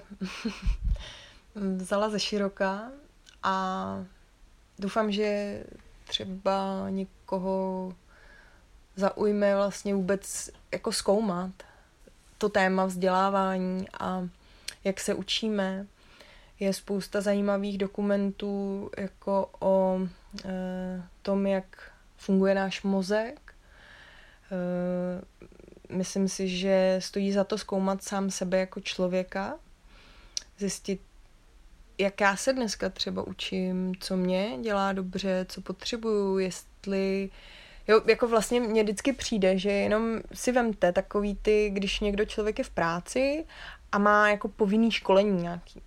A: vzala ze široka a doufám, že třeba někoho zaujme vlastně vůbec jako zkoumat to téma vzdělávání a jak se učíme. Je spousta zajímavých dokumentů jako o e, tom, jak funguje náš mozek. E, myslím si, že stojí za to zkoumat sám sebe jako člověka, zjistit, jak já se dneska třeba učím, co mě dělá dobře, co potřebuju, jestli... Jo, jako vlastně mně vždycky přijde, že jenom si vemte takový ty, když někdo člověk je v práci a má jako povinný školení nějaký.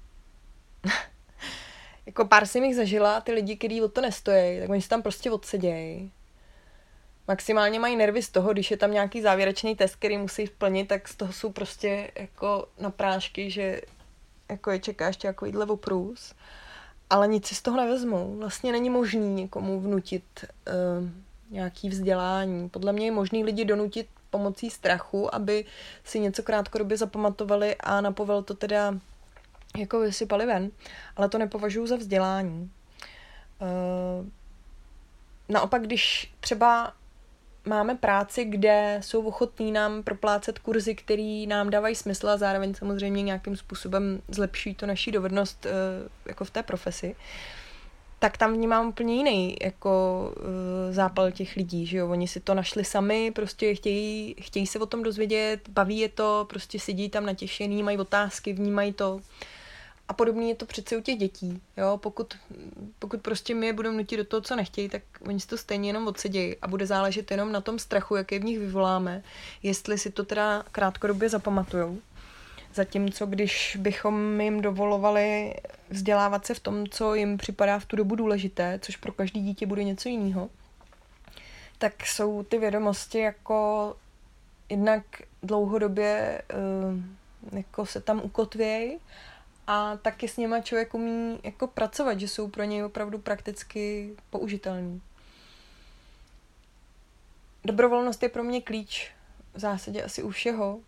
A: Jako pár jsem jich zažila, ty lidi, kteří o to nestojí, tak oni se tam prostě odsedějí. Maximálně mají nervy z toho, když je tam nějaký závěrečný test, který musí splnit, tak z toho jsou prostě jako na prášky, že jako je čeká ještě takovýhle oprůz. Ale nic si z toho nevezmou. Vlastně není možný někomu vnutit uh, nějaký vzdělání. Podle mě je možný lidi donutit pomocí strachu, aby si něco krátkodobě zapamatovali a na povel to teda jako vysypali ven, ale to nepovažuji za vzdělání. Uh, naopak, když třeba máme práci, kde jsou ochotní nám proplácet kurzy, který nám dávají smysl a zároveň samozřejmě nějakým způsobem zlepšují to naši dovednost jako v té profesi, tak tam vnímám úplně jiný jako zápal těch lidí, že jo, oni si to našli sami, prostě chtějí, chtějí se o tom dozvědět, baví je to, prostě sedí tam natěšený, mají otázky, vnímají to. A podobně je to přece u těch dětí, jo, pokud, pokud prostě my je budeme nutit do toho, co nechtějí, tak oni si to stejně jenom odsedějí a bude záležet jenom na tom strachu, jaký v nich vyvoláme, jestli si to teda krátkodobě zapamatujou. Zatímco když bychom jim dovolovali vzdělávat se v tom, co jim připadá v tu dobu důležité, což pro každý dítě bude něco jiného, tak jsou ty vědomosti jako jednak dlouhodobě jako se tam ukotvějí a taky s něma člověk umí jako pracovat, že jsou pro něj opravdu prakticky použitelný. Dobrovolnost je pro mě klíč v zásadě asi u všeho.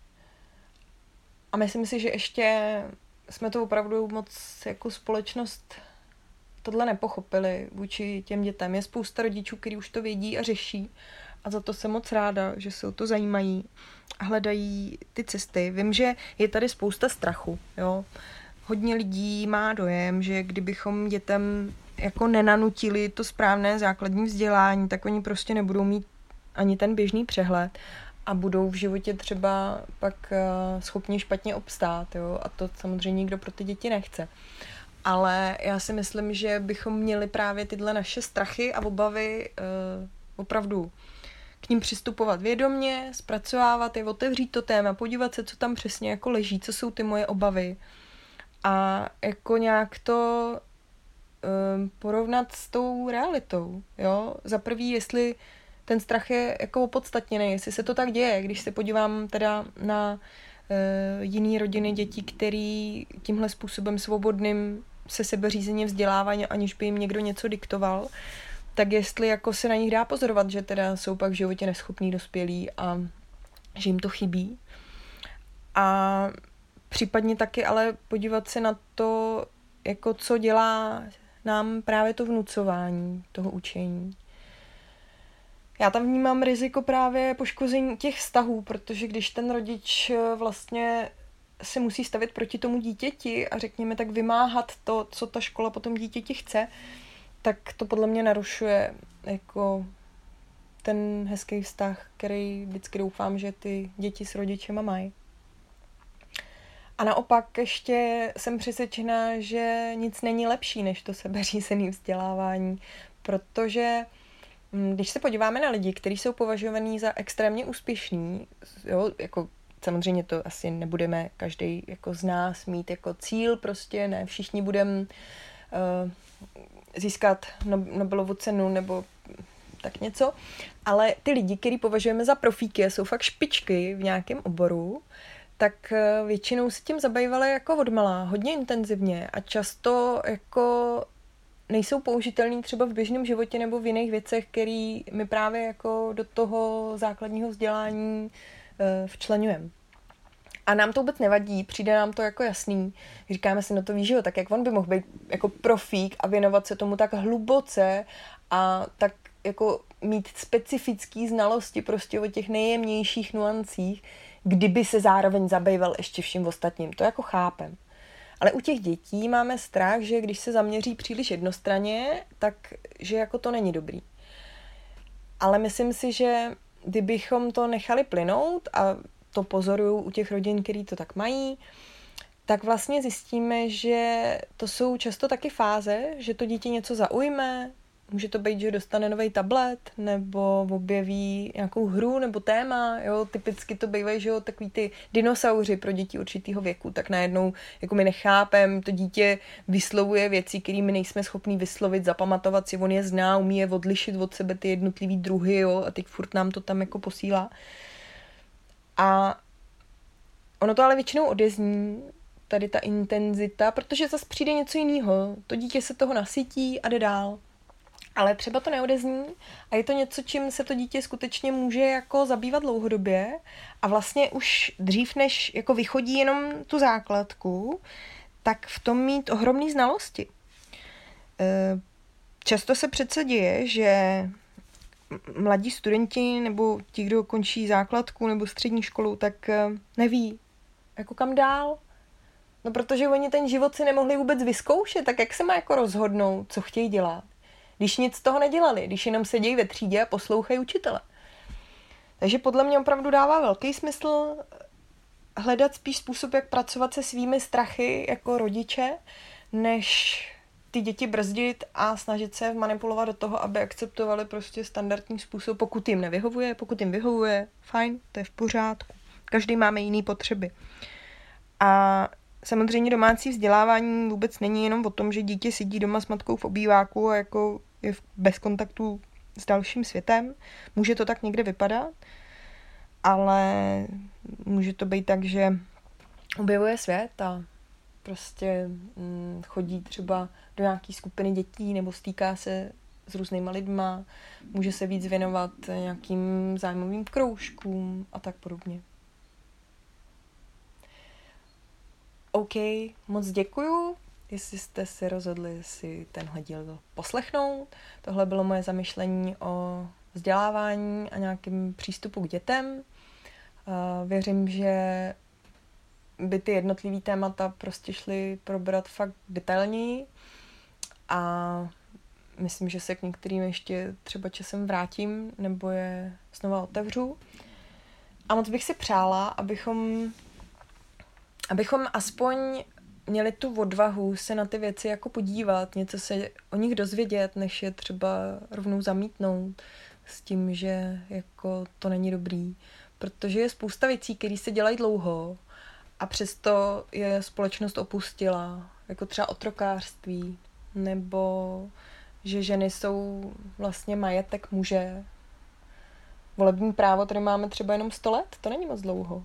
A: A myslím si, že ještě jsme to opravdu moc jako společnost tohle nepochopili vůči těm dětem. Je spousta rodičů, kteří už to vědí a řeší a za to jsem moc ráda, že se o to zajímají a hledají ty cesty. Vím, že je tady spousta strachu, jo. Hodně lidí má dojem, že kdybychom dětem jako nenanutili to správné základní vzdělání, tak oni prostě nebudou mít ani ten běžný přehled a budou v životě třeba pak uh, schopni špatně obstát, jo. A to samozřejmě nikdo pro ty děti nechce. Ale já si myslím, že bychom měli právě tyhle naše strachy a obavy uh, opravdu k ním přistupovat vědomně, zpracovávat je, otevřít to téma, podívat se, co tam přesně jako leží, co jsou ty moje obavy a jako nějak to um, porovnat s tou realitou, jo. Za prvý, jestli ten strach je jako opodstatněný, jestli se to tak děje, když se podívám teda na uh, jiný rodiny dětí, který tímhle způsobem svobodným se sebeřízeně vzdělávají, aniž by jim někdo něco diktoval, tak jestli jako se na nich dá pozorovat, že teda jsou pak v životě neschopní dospělí a že jim to chybí. A případně taky ale podívat se na to, jako co dělá nám právě to vnucování toho učení. Já tam vnímám riziko právě poškození těch vztahů, protože když ten rodič vlastně se musí stavět proti tomu dítěti a řekněme tak vymáhat to, co ta škola potom dítěti chce, tak to podle mě narušuje jako ten hezký vztah, který vždycky doufám, že ty děti s rodičema mají. A naopak ještě jsem přesvědčená, že nic není lepší než to sebeřízené vzdělávání, protože když se podíváme na lidi, kteří jsou považovaní za extrémně úspěšní, jo, jako samozřejmě to asi nebudeme každý jako z nás mít jako cíl, prostě ne všichni budeme uh, získat Nobelovu cenu nebo tak něco, ale ty lidi, který považujeme za profíky a jsou fakt špičky v nějakém oboru, tak většinou se tím zabývali jako odmala, hodně intenzivně a často jako nejsou použitelný třeba v běžném životě nebo v jiných věcech, který my právě jako do toho základního vzdělání včleňujeme. A nám to vůbec nevadí, přijde nám to jako jasný. Říkáme si, no to víš, že jo, tak jak on by mohl být jako profík a věnovat se tomu tak hluboce a tak jako mít specifický znalosti prostě o těch nejjemnějších nuancích, kdyby se zároveň zabýval ještě vším ostatním. To jako chápem. Ale u těch dětí máme strach, že když se zaměří příliš jednostranně, tak že jako to není dobrý. Ale myslím si, že kdybychom to nechali plynout, a to pozoruju u těch rodin, který to tak mají, tak vlastně zjistíme, že to jsou často taky fáze, že to dítě něco zaujme, může to být, že dostane nový tablet, nebo objeví nějakou hru nebo téma, jo, typicky to bývají, že jo, takový ty dinosauři pro děti určitýho věku, tak najednou, jako my nechápem, to dítě vyslovuje věci, které my nejsme schopní vyslovit, zapamatovat si, on je zná, umí je odlišit od sebe ty jednotlivý druhy, jo, a teď furt nám to tam jako posílá. A ono to ale většinou odezní, tady ta intenzita, protože zase přijde něco jiného, to dítě se toho nasytí a jde dál. Ale třeba to neodezní a je to něco, čím se to dítě skutečně může jako zabývat dlouhodobě a vlastně už dřív, než jako vychodí jenom tu základku, tak v tom mít ohromné znalosti. Často se přece děje, že mladí studenti nebo ti, kdo končí základku nebo střední školu, tak neví, jako kam dál. No protože oni ten život si nemohli vůbec vyzkoušet, tak jak se má jako rozhodnout, co chtějí dělat? Když nic z toho nedělali, když jenom sedějí ve třídě a poslouchají učitele. Takže podle mě opravdu dává velký smysl hledat spíš způsob, jak pracovat se svými strachy jako rodiče, než ty děti brzdit a snažit se manipulovat do toho, aby akceptovali prostě standardní způsob, pokud jim nevyhovuje, pokud jim vyhovuje, fajn, to je v pořádku. Každý máme jiný potřeby. A samozřejmě domácí vzdělávání vůbec není jenom o tom, že dítě sedí doma s matkou v obýváku a jako je bez kontaktu s dalším světem. Může to tak někde vypadat, ale může to být tak, že objevuje svět a prostě hm, chodí třeba do nějaký skupiny dětí nebo stýká se s různýma lidma, může se víc věnovat nějakým zájmovým kroužkům a tak podobně. OK, moc děkuju, jestli jste se rozhodli si tenhle díl poslechnout. Tohle bylo moje zamyšlení o vzdělávání a nějakém přístupu k dětem. Věřím, že by ty jednotlivý témata prostě šly probrat fakt detailněji a myslím, že se k některým ještě třeba časem vrátím nebo je znova otevřu. A moc bych si přála, abychom abychom aspoň měli tu odvahu se na ty věci jako podívat, něco se o nich dozvědět, než je třeba rovnou zamítnout s tím, že jako to není dobrý. Protože je spousta věcí, které se dělají dlouho a přesto je společnost opustila, jako třeba otrokářství, nebo že ženy jsou vlastně majetek muže. Volební právo tady máme třeba jenom sto let, to není moc dlouho.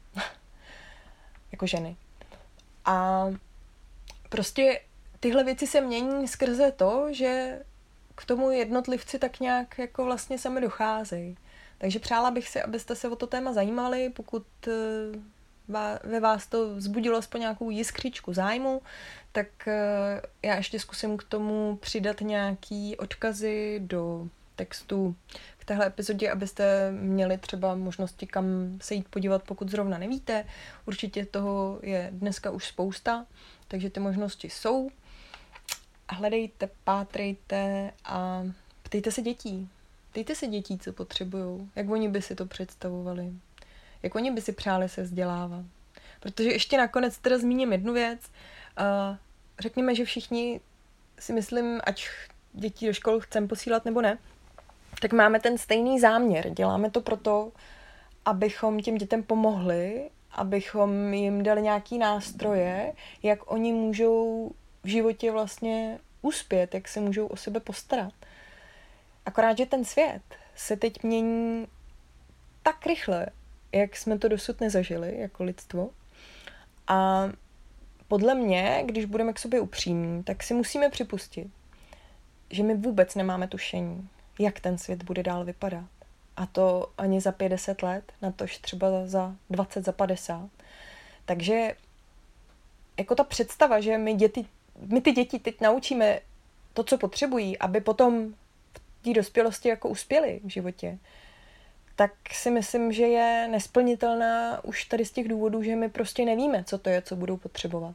A: Jako ženy. A prostě tyhle věci se mění skrze to, že k tomu jednotlivci tak nějak jako vlastně sami docházejí. Takže přála bych si, abyste se o to téma zajímali, pokud ve vás to vzbudilo aspoň nějakou jiskřičku zájmu, tak já ještě zkusím k tomu přidat nějaký odkazy do textu k téhle epizodě, abyste měli třeba možnosti, kam se jít podívat, pokud zrovna nevíte. Určitě toho je dneska už spousta, takže ty možnosti jsou. Hledejte, pátrejte a ptejte se dětí. Ptejte se dětí, co potřebujou, jak oni by si to představovali, jak oni by si přáli se vzdělávat. Protože ještě nakonec teda zmíním jednu věc. Řekněme, že všichni si myslím, ať děti do škol chceme posílat nebo ne, tak máme ten stejný záměr. Děláme to proto, abychom těm dětem pomohli, abychom jim dali nějaký nástroje, jak oni můžou v životě vlastně uspět, jak se můžou o sebe postarat. Akorát, že ten svět se teď mění tak rychle, jak jsme to dosud nezažili jako lidstvo. A podle mě, když budeme k sobě upřímní, tak si musíme připustit, že my vůbec nemáme tušení, jak ten svět bude dál vypadat. A to ani za padesát let, natož třeba za dvacet, za padesát. Takže jako ta představa, že my, děti, my ty děti teď naučíme to, co potřebují, aby potom v té dospělosti jako uspěli v životě, tak si myslím, že je nesplnitelná už tady z těch důvodů, že my prostě nevíme, co to je, co budou potřebovat.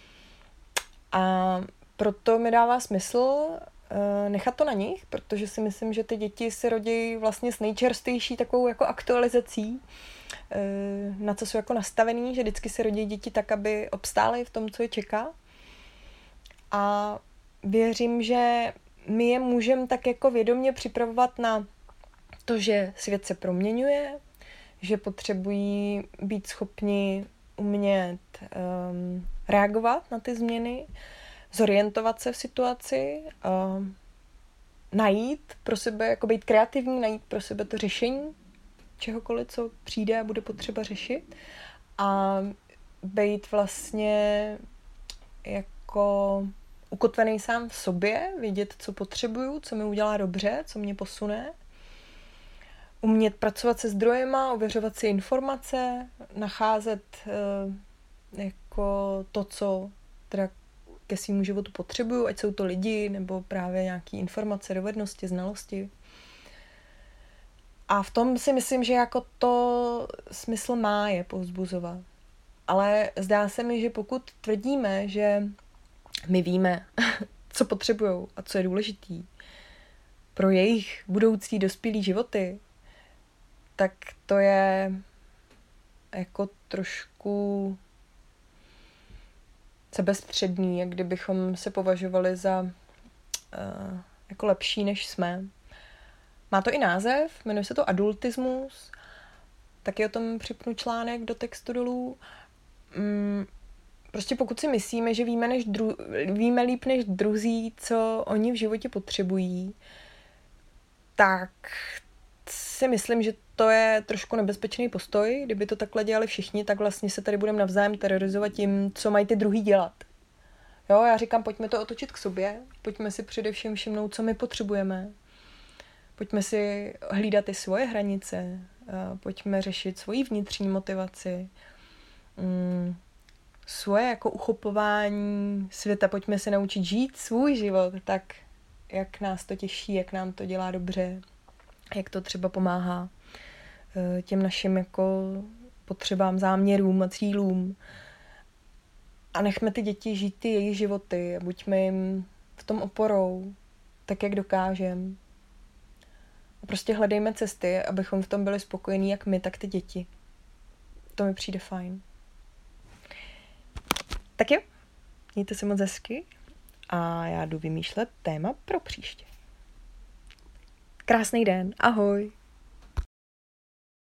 A: A proto mi dává smysl nechat to na nich, protože si myslím, že ty děti se rodí vlastně s nejčerstvější takovou jako aktualizací, na co jsou jako nastavený, že vždycky se rodí děti tak, aby obstály v tom, co je čeká. A věřím, že my je můžeme tak jako vědomě připravovat na to, že svět se proměňuje, že potřebují být schopni umět um, reagovat na ty změny, zorientovat se v situaci, uh, najít pro sebe, jako být kreativní, najít pro sebe to řešení čehokoliv, co přijde a bude potřeba řešit a být vlastně jako ukotvený sám v sobě, vědět, co potřebuju, co mi udělá dobře, co mě posune, umět pracovat se zdrojema, ověřovat si informace, nacházet uh, jako to, co teda ke svému životu potřebuju, ať jsou to lidi, nebo právě nějaké informace, dovednosti, znalosti. A v tom si myslím, že jako to smysl má je povzbuzovat. Ale zdá se mi, že pokud tvrdíme, že my víme, co potřebujou a co je důležitý pro jejich budoucí dospělý životy, tak to je jako trošku sebestředný, jak kdybychom se považovali za uh, jako lepší, než jsme. Má to i název, jmenuje se to adultismus, taky o tom připnu článek do textu dolů. Mm, prostě pokud si myslíme, že víme, než dru- víme líp než druzí, co oni v životě potřebují, tak si myslím, že to je trošku nebezpečný postoj. Kdyby to takhle dělali všichni, tak vlastně se tady budeme navzájem terorizovat tím, co mají ty druhý dělat. Jo, já říkám, pojďme to otočit k sobě, pojďme si především všimnout, co my potřebujeme. Pojďme si hlídat ty svoje hranice, pojďme řešit svoji vnitřní motivaci, svoje jako uchopování světa, pojďme se naučit žít svůj život tak, jak nás to těší, jak nám to dělá dobře, jak to třeba pomáhá těm našim jako potřebám, záměrům a cílům. A nechme ty děti žít ty jejich životy a buďme jim v tom oporou, tak jak dokážeme. A prostě hledejme cesty, abychom v tom byli spokojení jak my, tak ty děti. To mi přijde fajn. Tak jo, mějte se moc hezky a já jdu vymýšlet téma pro příště. Krásný den, ahoj!